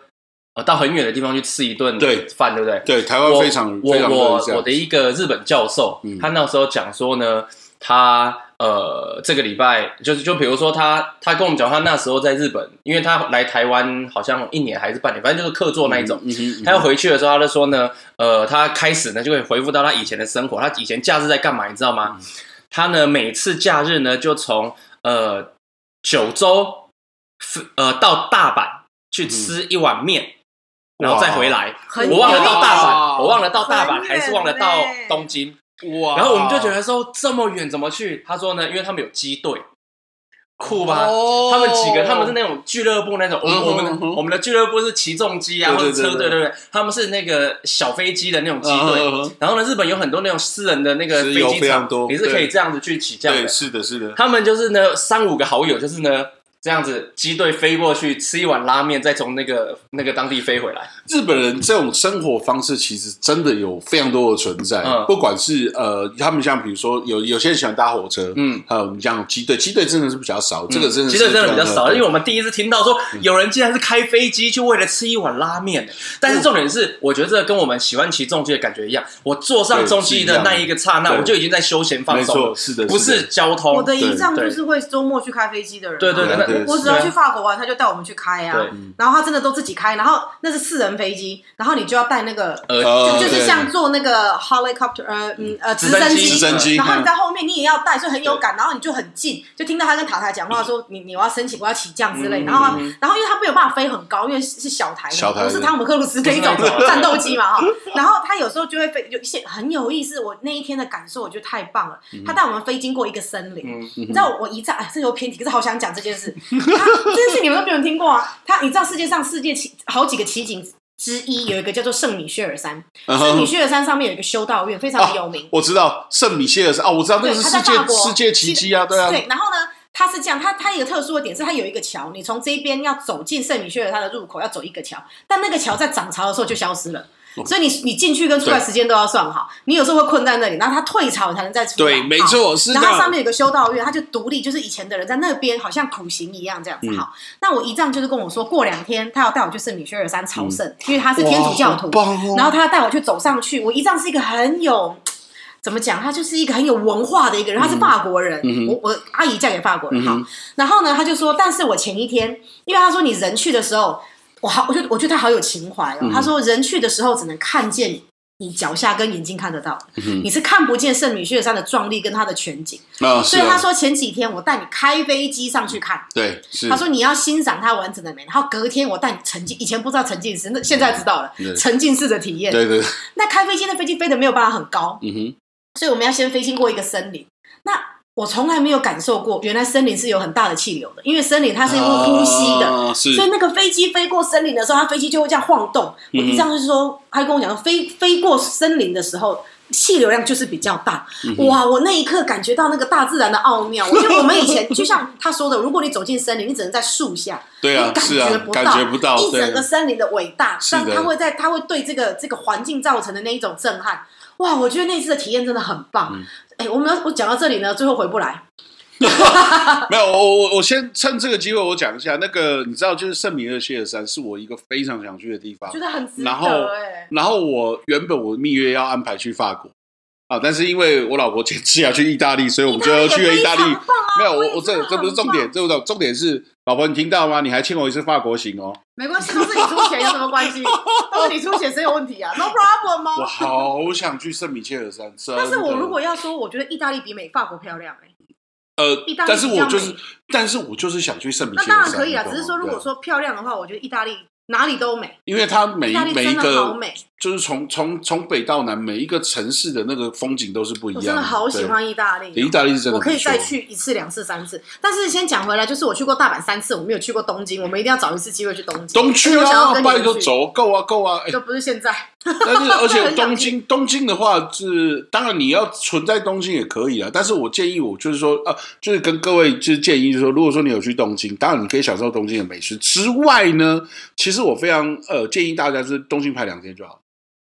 呃到很远的地方去吃一顿饭，对不对？ 对，台湾非常我非常我我的一个日本教授，嗯、他那时候讲说呢，他呃这个礼拜就是就比如说他他跟我们讲，他那时候在日本，因为他来台湾好像一年还是半年，反正就是客座那一种。嗯嗯嗯、他要回去的时候，他就说呢，呃，他开始呢就会回复到他以前的生活，他以前假日在干嘛，你知道吗？嗯、他呢每次假日呢就从呃九州呃到大阪去吃一碗面。嗯然后再回来，我忘了到大阪，我忘了到大阪，还是忘了到东京。哇！然后我们就觉得说这么远怎么去？他说呢，因为他们有机队，酷吧？哦、他们几个他们是那种俱乐部那种，嗯、我们的、嗯、我们的俱乐部是骑重机啊，或者车队，对不对？他们是那个小飞机的那种机队。嗯、然后呢，日本有很多那种私人的那个飞机场，你是可以这样子去起降的。 对，是的，是的。 他们就是呢，三五个好友，就是呢。这样子，机队飞过去吃一碗拉面，再从那个那个当地飞回来。 日本人这种生活方式其实真的有非常多的存在，嗯、不管是呃，他们像比如说有有些人喜欢搭火车，嗯，还有你像机队，机队真的是比较少，嗯、这个真的是机队真的比较少，因为我们第一次听到说有人竟然是开飞机去为了吃一碗拉面，但是重点是，我觉得这个跟我们喜欢骑重机的感觉一样，我坐上重机的那一个刹那，我就已经在休闲放松了， 没错，是的， 不是交通。 我的姨丈就是会周末去开飞机的人， 对对对。 我只要去法国玩，他就带我们去开啊，然后他真的都自己开，然后那是四人飞机，然后你就要带那个，呃，就就是像坐那个 helicopter， 呃，嗯，呃，直升机， 直升机， 然后你在后面你也要带，所以很有感，然后你就很近，就听到他跟塔台讲话说你你我要申请，我要起降之类，然后然后因为他没有办法飞很高，因为是小台的，不是汤姆克鲁斯那一种战斗机嘛哈，然后他有时候就会飞，有一些很有意思，我那一天的感受我觉得太棒了，他带我们飞经过一个森林，你知道我一站，哎，这有偏题，可是好想讲这件事。这件事你们都没有听过啊！他，你知道世界上世界奇好几个奇景之一，有一个叫做圣米歇尔山。Uh-huh. 圣米歇尔山上面有一个修道院，非常的有名。 啊、我知道圣米歇尔山哦，我知道那个是世界世界奇迹啊，对啊。 对，然后呢，它是这样，它它一个特殊的点是它有一个桥，你从这边要走进圣米歇尔山的入口要走一个桥，但那个桥在涨潮的时候就消失了。所以你你进去跟出来时间都要算好，你有时候会困在那里，然后它退潮才能再出来。 对，没错，是的。 然后上面有个修道院，它就独立，就是以前的人在那边好像苦行一样这样子。嗯、好，那我姨丈就是跟我说，过两天他要带我去圣米歇尔山朝圣，嗯、因为他是天主教徒，哦、然后他要带我去走上去。我姨丈是一个很有怎么讲，他就是一个很有文化的一个人，他是法国人，嗯、我我阿姨嫁给法国人，好，嗯、然后呢，他就说，但是我前一天，因为他说你人去的时候。我好，我觉得我觉得他好有情怀哦。嗯、他说人去的时候只能看见你脚下跟眼睛看得到，嗯、你是看不见圣米歇尔山的壮丽跟它的全景。哦、所以他说前几天我带你开飞机上去看， 对，是。 他说你要欣赏它完整的美，然后隔天我带你沉浸，以前不知道沉浸式，那现在知道了，嗯、沉浸式的体验。 对对。 那开飞机的飞机飞得没有办法很高，嗯哼，所以我们要先飞经过一个森林。那我从来没有感受过，原来森林是有很大的气流的，因为森林它是会呼吸的，啊、所以那个飞机飞过森林的时候，它飞机就会这样晃动。嗯、我姨丈就是说，他跟我讲说，飞飞过森林的时候，气流量就是比较大。嗯、哇，我那一刻感觉到那个大自然的奥妙。我觉得我们以前就像他说的，如果你走进森林，你只能在树下， 对啊， 你感觉不到， 感觉不到一整个森林的伟大，但它会在，它会对这个这个环境造成的那一种震撼。哇，我觉得那次的体验真的很棒。哎、嗯，我们我讲到这里呢，最后回不来。 没有，我我我先趁这个机会，我讲一下那个，你知道，就是圣米歇尔山是我一个非常想去的地方， 觉得很值得。 然后，然后我原本我蜜月要安排去法国啊，但是因为我老婆坚持要去意大利，所以我们就要去了意大利。 啊、 没有，我我这这不是重点，这不重点是，老婆你听到吗？你还欠我一次法国行哦。 没关系，都是你出钱，有什么关系？都是你出钱，谁有问题啊 ？No problem 吗？ 我好想去圣米歇尔山， 但是我如果要说，我觉得意大利比美法国漂亮哎、欸。 呃，但是我就是，但是我就是想去圣米歇尔山。 那当然可以啦，只是说如果说漂亮的话，我觉得意大利哪里都美， 因为它每每一个美就是从从从北到南每一个城市的那个风景都是不一样的。 我真的好喜欢意大利、哦， 意大利是真的， 我可以再去一次、两次、三次。但是先讲回来，就是我去过大阪三次，我没有去过东京，我们一定要找一次机会去东京。 东去啊，拜托走，够啊，够啊， 都不是现在。 但是而且东京东京的话是，当然你要存在东京也可以啊。但是我建议我就是说，呃，就是跟各位就是建议就是说，如果说你有去东京，当然你可以享受东京的美食之外呢，其实我非常呃建议大家就是东京排两天就好。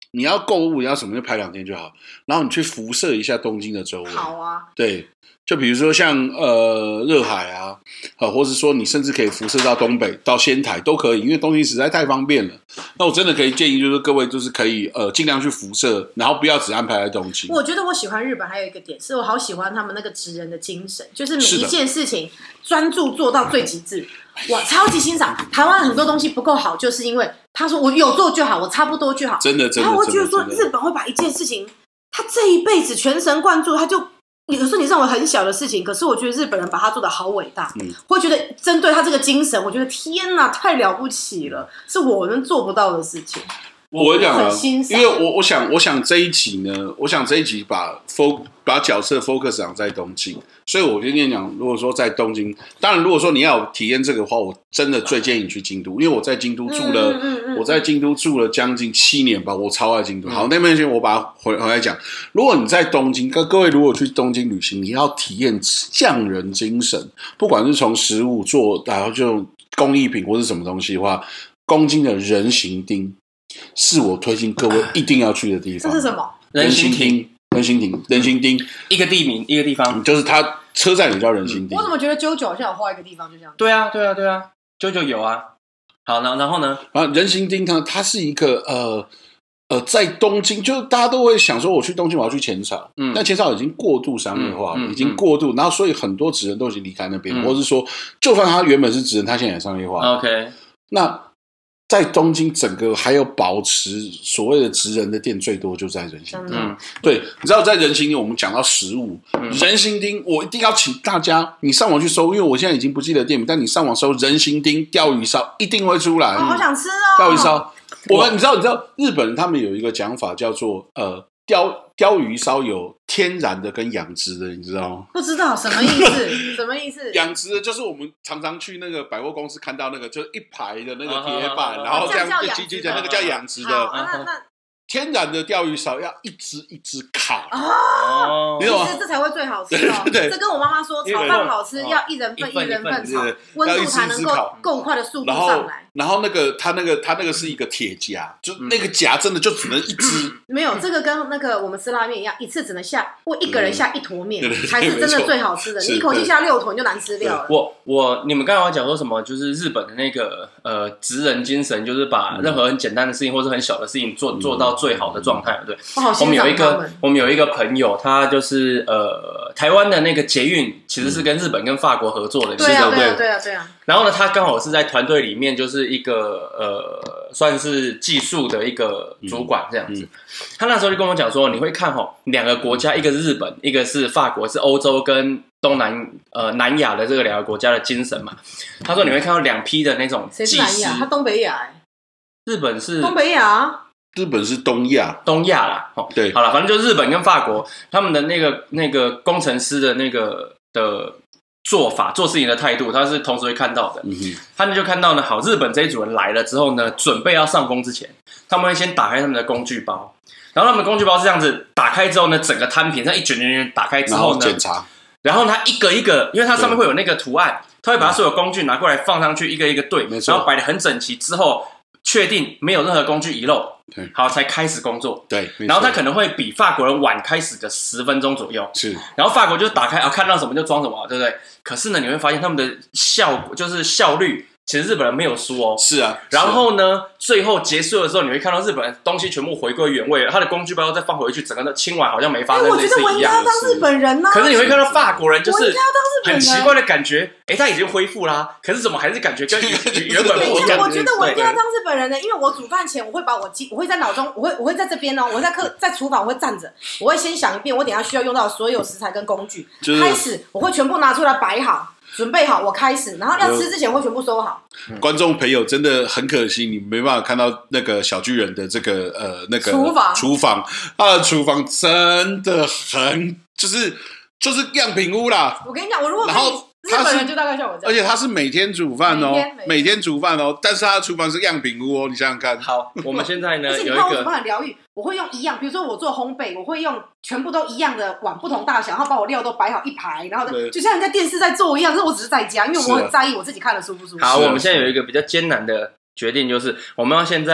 你要购物，你要什么就排两天就好，然后你去辐射一下东京的周围。 好啊， 对，就比如说像呃热海啊，呃，或是说你甚至可以辐射到东北，到仙台都可以，因为东京实在太方便了。那我真的可以建议，就是各位就是可以呃尽量去辐射，然后不要只安排在东京。 我觉得我喜欢日本还有一个点是我好喜欢他们那个职人的精神，就是每一件事情专注做到最极致。我超级欣赏台湾很多东西不够好，就是因为他说我有做就好，我差不多就好。 真的，真的。 然后我觉得说日本会把一件事情，他这一辈子全神贯注，他就有时候你认为很小的事情，可是我觉得日本人把它做得好伟大，嗯，会觉得针对他这个精神，我觉得天哪，太了不起了，是我们做不到的事情。 我讲啊，因为我我想我想这一集呢，我想这一集把 fo 把角色 focus on在东京，所以我跟你讲，如果说在东京，当然如果说你要有体验这个的话，我真的最建议你去京都，因为我在京都住了，嗯嗯嗯、我在京都住了将近七年吧，我超爱京都。好，那边先我把它回回来讲，如果你在东京，各各位如果去东京旅行，你要体验匠人精神，不管是从食物做，然后就工艺品或是什么东西的话，东京的人形町。是我推荐各位一定要去的地方。 这是什么？ 人形町， 人形町，人形町， 一个地名，一个地方， 就是它车站也叫人形町。 我怎么觉得啾啾好像有画一个地方就这样？ 对啊，对啊，对啊，啾啾有啊。好，然后然后呢？ 啊，人形町它它是一个呃呃，在东京，就大家都会想说，我去东京我要去浅草，嗯，但浅草已经过度商业化了，嗯嗯、已经过度，然后所以很多职人都已经离开那边了，嗯、或者是说，就算他原本是职人，他现在也商业化。 OK， 那。在东京整个还有保持所谓的职人的店最多就在人形町，嗯、对，你知道在人形町我们讲到食物，嗯、人形町我一定要请大家，你上网去搜，因为我现在已经不记得店名，但你上网搜人形町钓鱼烧一定会出来。 我好想吃哦， 钓鱼烧。我们你知道你知道日本人他们有一个讲法叫做呃鲷鲷鱼烧有天然的跟养殖的，你知道吗？ 不知道什么意思？什么意思？ 养殖的就是我们常常去那个百货公司看到那个，就是一排的那个铁板，啊、然后这样就挤挤的，那个叫养殖的。 啊、那那天然的钓鱼烧要一只一只烤哦，其实这才会最好吃哦。对，这跟我妈妈说，炒饭好吃要一人份一人份炒，温度才能够够快的速度上来。 然后那个它那个它那个是一个铁夹，就那个夹真的就只能一只。 没有，这个跟那个我们吃拉面一样，一次只能下我一个人下一坨面，才是真的最好吃的。你一口气下六坨你就难吃掉了。 我我你们刚刚讲说什么？就是日本的那个呃职人精神，就是把任何很简单的事情或是很小的事情做做到最好的状态。对，我们有一个我们有一个朋友，他就是呃台湾的那个捷运其实是跟日本跟法国合作的， 对啊对啊对啊对啊。 然后呢，他刚好是在团队里面，就是一个呃，算是技术的一个主管这样子。嗯嗯、他那时候就跟我讲说，你会看吼，两个国家，一个是日本，一个是法国，是欧洲跟东南呃南亚的这个两个国家的精神嘛。他说你会看到两批的那种技师。谁是南亚？ 他东北亚、欸。 日本是东北亚。 日本是东亚， 东亚啦。哦，对，好了，反正就日本跟法国他们的那个那个工程师的那个的。做法做事情的态度，他是同时会看到的。嗯、他们就看到呢，好，日本这一组人来了之后呢，准备要上工之前，他们会先打开他们的工具包，然后他们的工具包是这样子打开之后呢，整个摊平，像一卷卷卷打开之后呢， 检查， 然后他一个一个，因为它上面会有那个图案，他会把他所有工具拿过来放上去，一个一个对，然后摆得很整齐之后，确定没有任何工具遗漏。好，才开始工作。 对， 然后他可能会比法国人晚开始个十分钟左右。 是， 然后法国就打开啊，看到什么就装什么，对不对？可是呢，你会发现他们的效果就是效率，其实日本人没有输哦。 是啊。 然后呢，最后结束的时候，你会看到日本人东西全部回归原位了，他的工具包再放回去，整个的清完好像没发生， 我觉得我应该要当日本人呢、啊。 可是你会看到法国人就是很奇怪的感觉，哎，他已经恢复啦，可是怎么还是感觉跟原本不一样？ 我觉得我应该要当日本人呢，因为我煮饭前我会把我记，我会在脑中，我会我会在这边哦，我在客在厨房我会站着，我会先想一遍我等一下需要用到的所有食材跟工具，就是、开始我会全部拿出来摆好。准备好，我开始，然后要吃之前会全部收好。 观众朋友真的很可惜，你没办法看到那个小巨人的这个呃那个厨房， 厨房，他的厨房真的很就是就是样品屋啦。 我跟你讲，我如果然后日本人就大概像我这样， 而且他是每天煮饭哦，每 天, 每, 天每天煮饭哦，但是他的厨房是样品屋哦，你想想看。 好，我们现在呢有一个，而且你看我煮饭很疗愈，我会用一样，比如说我做烘焙，我会用全部都一样的碗，不同大小，然后把我料都摆好一排，然后就像人家电视在做一样，但是我只是在家，因为我很在意我自己看的舒不舒服。 好，我们现在有一个比较艰难的决定，就是我们要现在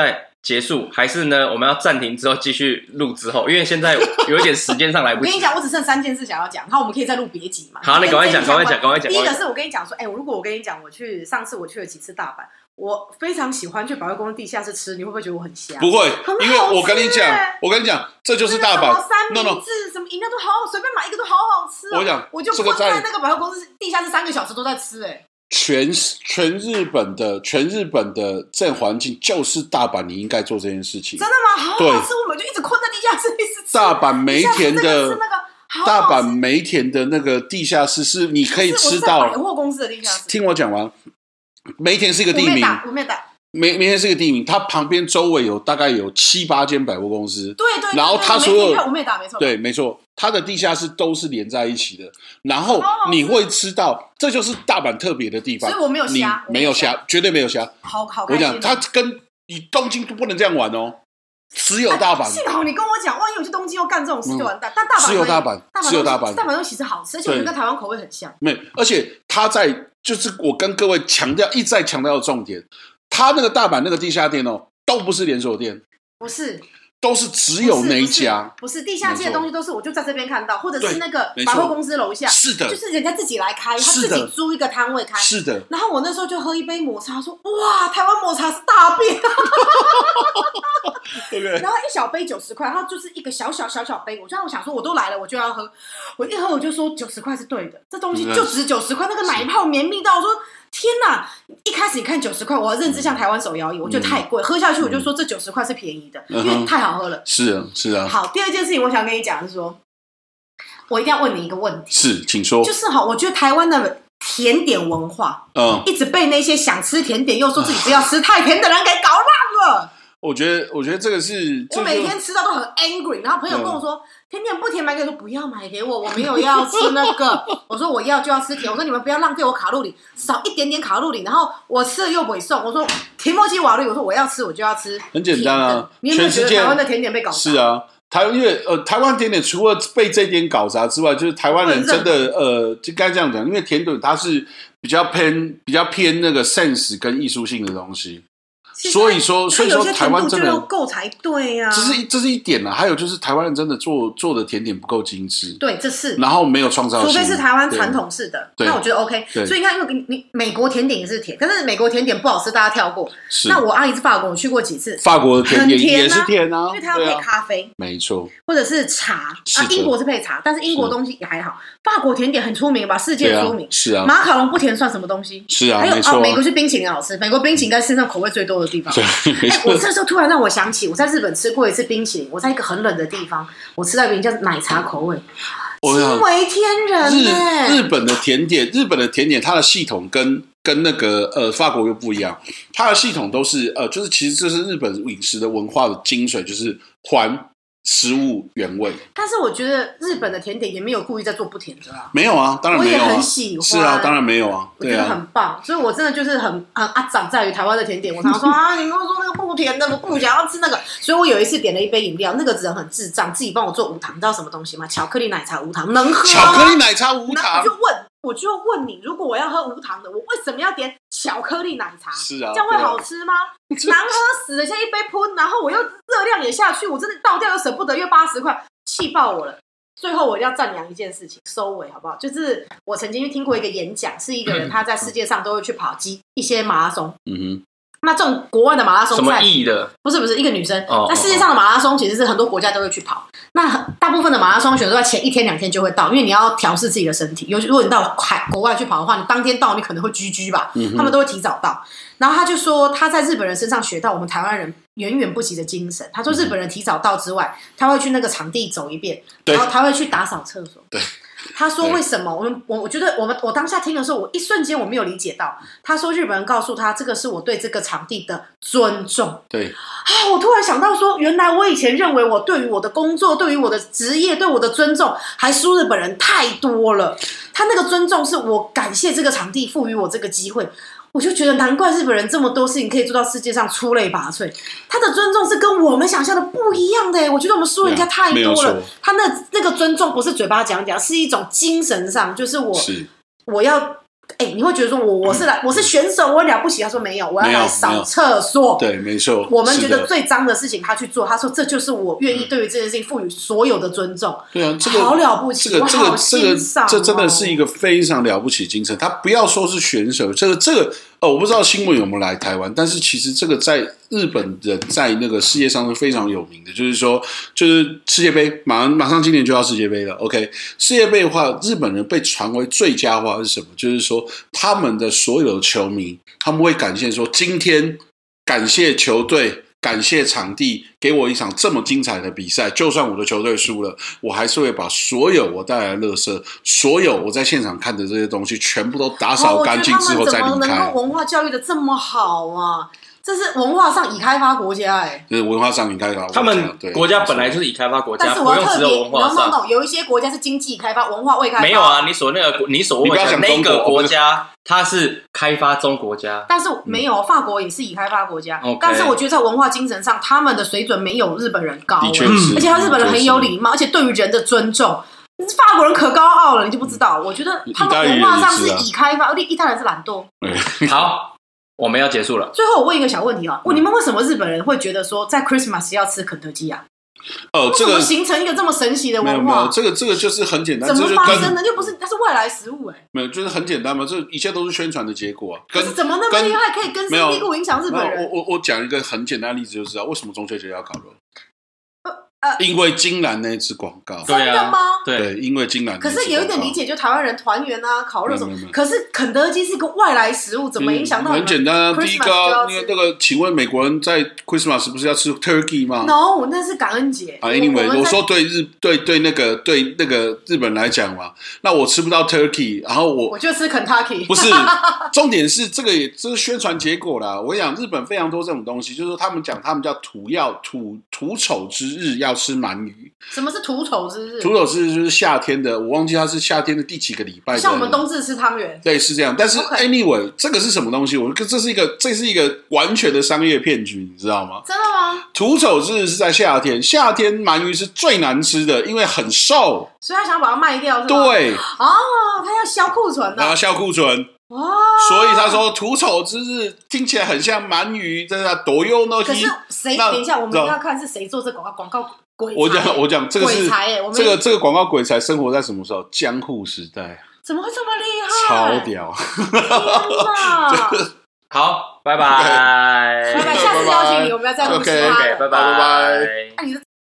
结束，还是呢我们要暂停之后继续录之后？因为现在有一点时间上来不及。 我跟你讲，我只剩三件事想要讲，然后我们可以再录别集嘛。 好，你赶快讲，赶快讲，赶快讲。 第一个是我跟你讲说，哎、欸，如果我跟你讲，我去上次我去了几次大阪，我非常喜欢去百货公司地下室吃，你会不会觉得我很瞎？ 不会， 很好吃、欸、 因为我跟你讲，我跟你讲，这就是大阪。 三明治、 no, no 什么饮料都好好，随便买一个都好好吃、哦。 我讲， 我就困在那个百货公司地下室三个小时都在吃、欸，哎。 全全日本的全日本的这环境就是大阪，你应该做这件事情。 真的吗？好好吃，我们就一直困在地下室，一直吃。 大阪梅田的、 那個、好好大阪梅田的那个地下室是你可以吃到。 百货公司的地下室。 听我讲完，梅田是一个地名。 我没有打。 梅梅田是个地名，它旁边周围有大概有七八间百货公司。 对 对, 對。 然后它所有我没打没错。 对，没错，它的地下室都是连在一起的。然后你会吃到，这就是大阪特别的地方。 所以我没有虾， 没有虾，绝对没有虾。 好好， 我讲，它跟你东京都不能这样玩哦，只有大阪。 幸好你跟我讲，万一我去东京又干这种事就完蛋。但大阪只有大阪，只有大阪， 大阪东西其实好吃，而且我觉得跟台湾口味很像。 没，而且它在就是我跟各位强调一再强调的重点。他那个大阪那个地下店哦，都不是连锁店， 不是， 都是只有那一家。 不 是, 不是, 不是地下街的东西都是我就在这边看到，或者是那个百货公司楼下， 是的， 就是人家自己来开，他自己租一个摊位开， 是的。 然后我那时候就喝一杯抹茶，说哇，台湾抹茶是大便， 对不对？ 然后一小杯九十块，然后就是一个小小小小杯，我就我想说我都来了，我就要喝，我一喝我就说九十块是对的，这东西就值九十块，那个奶泡绵密到我说。天哪！一开始你看九十块，我认知像台湾手摇饮，我觉得太贵，嗯、喝下去我就说这九十块是便宜的，嗯、因为太好喝了。 是啊，是啊。 好，第二件事情我想跟你讲是说，我一定要问你一个问题， 是，请说。 就是哈，我觉得台湾的甜点文化，嗯，一直被那些想吃甜点又说自己不要吃太甜的人给搞烂了。 我觉得，我觉得这个是， 我每天吃到都很 angry， 然后朋友跟我说。嗯甜点不甜买给我，说不要买给我，我没有要吃那个。我说我要就要吃甜，我说你们不要浪费我卡路里，少一点点卡路里，然后我吃了又不会送。我说提莫基瓦律，我说我要吃我就要吃。 很简单啊， 你有没有觉得台湾的甜点被搞砸？ 是啊，台因为呃台湾甜点除了被这一点搞砸之外，就是台湾人真的呃就该这样讲，因为甜点它是比较偏比较偏那个 sense 跟艺术性的东西。所以说，所以说台湾真的够才对呀、啊， 这是这是一点啦。还有就是台湾人真的做做的甜点不够精致， 对，这是。 然后没有创造性， 除非是台湾传统式的，那我觉得 OK。所以你看，因为你美国甜点也是甜，但是美国甜点不好吃，大家跳过。那我阿姨是法国，我去过几次， 法国的甜点也是甜啊， 因为它要配咖啡， 没错， 或者是茶啊。英国是配茶，但是英国东西也还好。法国甜点很出名吧，世界出名。 是啊， 马卡龙不甜算什么东西？ 是啊， 还有哦， 美国是冰淇淋好吃，美国冰淇淋在世上口味最多的地方。哎，我这时候突然让我想起，我在日本吃过一次冰淇淋。我在一个很冷的地方，我吃到一个叫奶茶口味，惊为天人、欸。 日日本的甜点，日本的甜点，它的系统跟跟那个呃法国又不一样，它的系统都是呃，就是其实这是日本饮食的文化的精髓，就是还食物原味。 但是我觉得日本的甜点也没有故意在做不甜的啊。 没有啊，当然没有啊。 我也很喜欢。 是啊，当然没有啊。 我觉得很棒，所以我真的就是很很阿长在于台湾的甜点。我常常说啊，你跟我说那个不甜的，我不想要吃那个。所以我有一次点了一杯饮料，那个人很智障，自己帮我做无糖，你知道什么东西吗？巧克力奶茶无糖，能喝吗？ 巧克力奶茶无糖， 我就问。我就问你，如果我要喝无糖的，我为什么要点巧克力奶茶？ 是啊， 这样会好吃吗？难喝死了，像一杯喷，然后我又热量也下去，我真的倒掉又舍不得，又八十块，气爆我了。最后我一定要赞扬一件事情，收尾好不好？就是我曾经听过一个演讲，是一个人他在世界上都会去跑几一些马拉松，嗯哼。那这种国外的马拉松赛， 什么意的？ 不是不是一个女生。 哦、 那世界上的马拉松其实是很多国家都会去跑。那大部分的马拉松选手在前一天两天就会到，因为你要调试自己的身体。尤其如果你到海国外去跑的话，你当天到你可能会 G G 吧、嗯，他们都会提早到。然后他就说他在日本人身上学到我们台湾人远远不及的精神。他说日本人提早到之外，他会去那个场地走一遍，然后他会去打扫厕所。 对。 他说：“为什么？我们我我觉得我们我当下听的时候，我一瞬间我没有理解到。他说日本人告诉他，这个是我对这个场地的尊重。 对啊，我突然想到说，原来我以前认为我对于我的工作、对于我的职业、对我的尊重，还输日本人太多了。他那个尊重是我感谢这个场地赋予我这个机会。”我就觉得难怪日本人这么多事情可以做到世界上出类拔萃，他的尊重是跟我们想象的不一样的。我觉得我们输人家太多了。他那那个尊重不是嘴巴讲讲，是一种精神上，就是我是我要哎、欸，你会觉得说我我是来、嗯、我是选手，我了不起？他说没有，我要来扫厕所。 对，没错。 我们觉得最脏的事情他去做，他说这就是我愿意对于这件事情赋予所有的尊重。 对啊，这个好了不起， 这个这个这个这真的是一个个非常了不起的精神。他不要说是选手，这个这个呃，我不知道新闻有没有来台湾，但是其实这个在日本人在那个世界上是非常有名的，就是说，就是世界杯马上马上今年就要世界杯了。OK， 世界杯的话，日本人被传为最佳化是什么？就是说他们的所有的球迷，他们会感谢说，今天感谢球队。感谢场地给我一场这么精彩的比赛，就算我的球队输了，我还是会把所有我带来的垃圾，所有我在现场看的这些东西，全部都打扫干净之后再离开。 哦、我觉得他们怎么能够文化教育的这么好啊？这是文化上已开发国家哎、欸， 就是文化上已开发， 他们国家本来就是已开发国家， 但是我要特别， 不用只有文化上。 no, no, no, 有一些国家是经济开发，文化未开发。 没有啊，你所那个你所谓的那个国家，它是开发中国家。 但是没有，法国也是已开发国家。 嗯、 但是我觉得在文化精神上，他们的水准没有日本人高、欸， 的确是， 而且他日本人很有礼貌，而且对于人的尊重。法国人可高傲了，你就不知道。我觉得他们文化上是已开发，意大利人是懒惰。 好。我们要结束了。 最后我问一个小问题啊，嗯、你们为什么日本人会觉得说在 Christmas 要吃肯德基啊？ 哦，这个怎么形成一个这么神奇的文化？ 没有没有，这个这个就是很简单， 怎么发生的？又不是它是外来食物哎、欸。 没有，就是很简单嘛，这一切都是宣传的结果啊。可是怎么那么厉害，可以根深蒂固影响日本人？ 我我我讲一个很简单的例子就知道，为什么中秋节要烤肉。 呃、 因为金兰那一支广告， 真的吗？ 对，因为金兰。 可是有一点理解，就台湾人团圆啊，烤肉什么。可是肯德基是一个外来食物，怎么影响到？ 很简单啊，第一个，因为那个，请问美国人在 Christmas 不是要吃 turkey 吗 ？No， 那是感恩节。 啊 ，anyway， 我, 我说对日对对那个对那个日本来讲嘛，那我吃不到 turkey， 然后我我就吃 Kentucky。 不是，重点是这个也这是宣传结果啦。我跟你讲，日本非常多这种东西，就是说他们讲他们叫土要土土丑之日要吃鳗鱼。 什么是土丑之日？ 土丑之日就是夏天的，我忘记它是夏天的第几个礼拜。 像我们冬至吃汤圆， 对，是这样。但是 anyway， 这个是什么东西？我这是一个，这是一个完全的商业骗局，你知道吗？ 真的吗？ 土丑之日是在夏天，夏天鳗鱼是最难吃的，因为很瘦， 所以他想把它卖掉，是吗？ 对， 哦，他要销库存的， 然后销库存。 哇！ 所以他说土丑之日听起来很像鳗鱼，真的多用呢。 可是谁？等一下，我们要看是谁做这广告，广告鬼才。 我讲，我讲这个是鬼才、欸，我们这个这个广告鬼才生活在什么时候？江户时代。 怎么会这么厉害？ 超屌！ 天哪！ 好，拜拜， 拜拜，下次邀请你，我们要再录其他。 OK， 拜拜，拜拜。 啊，你的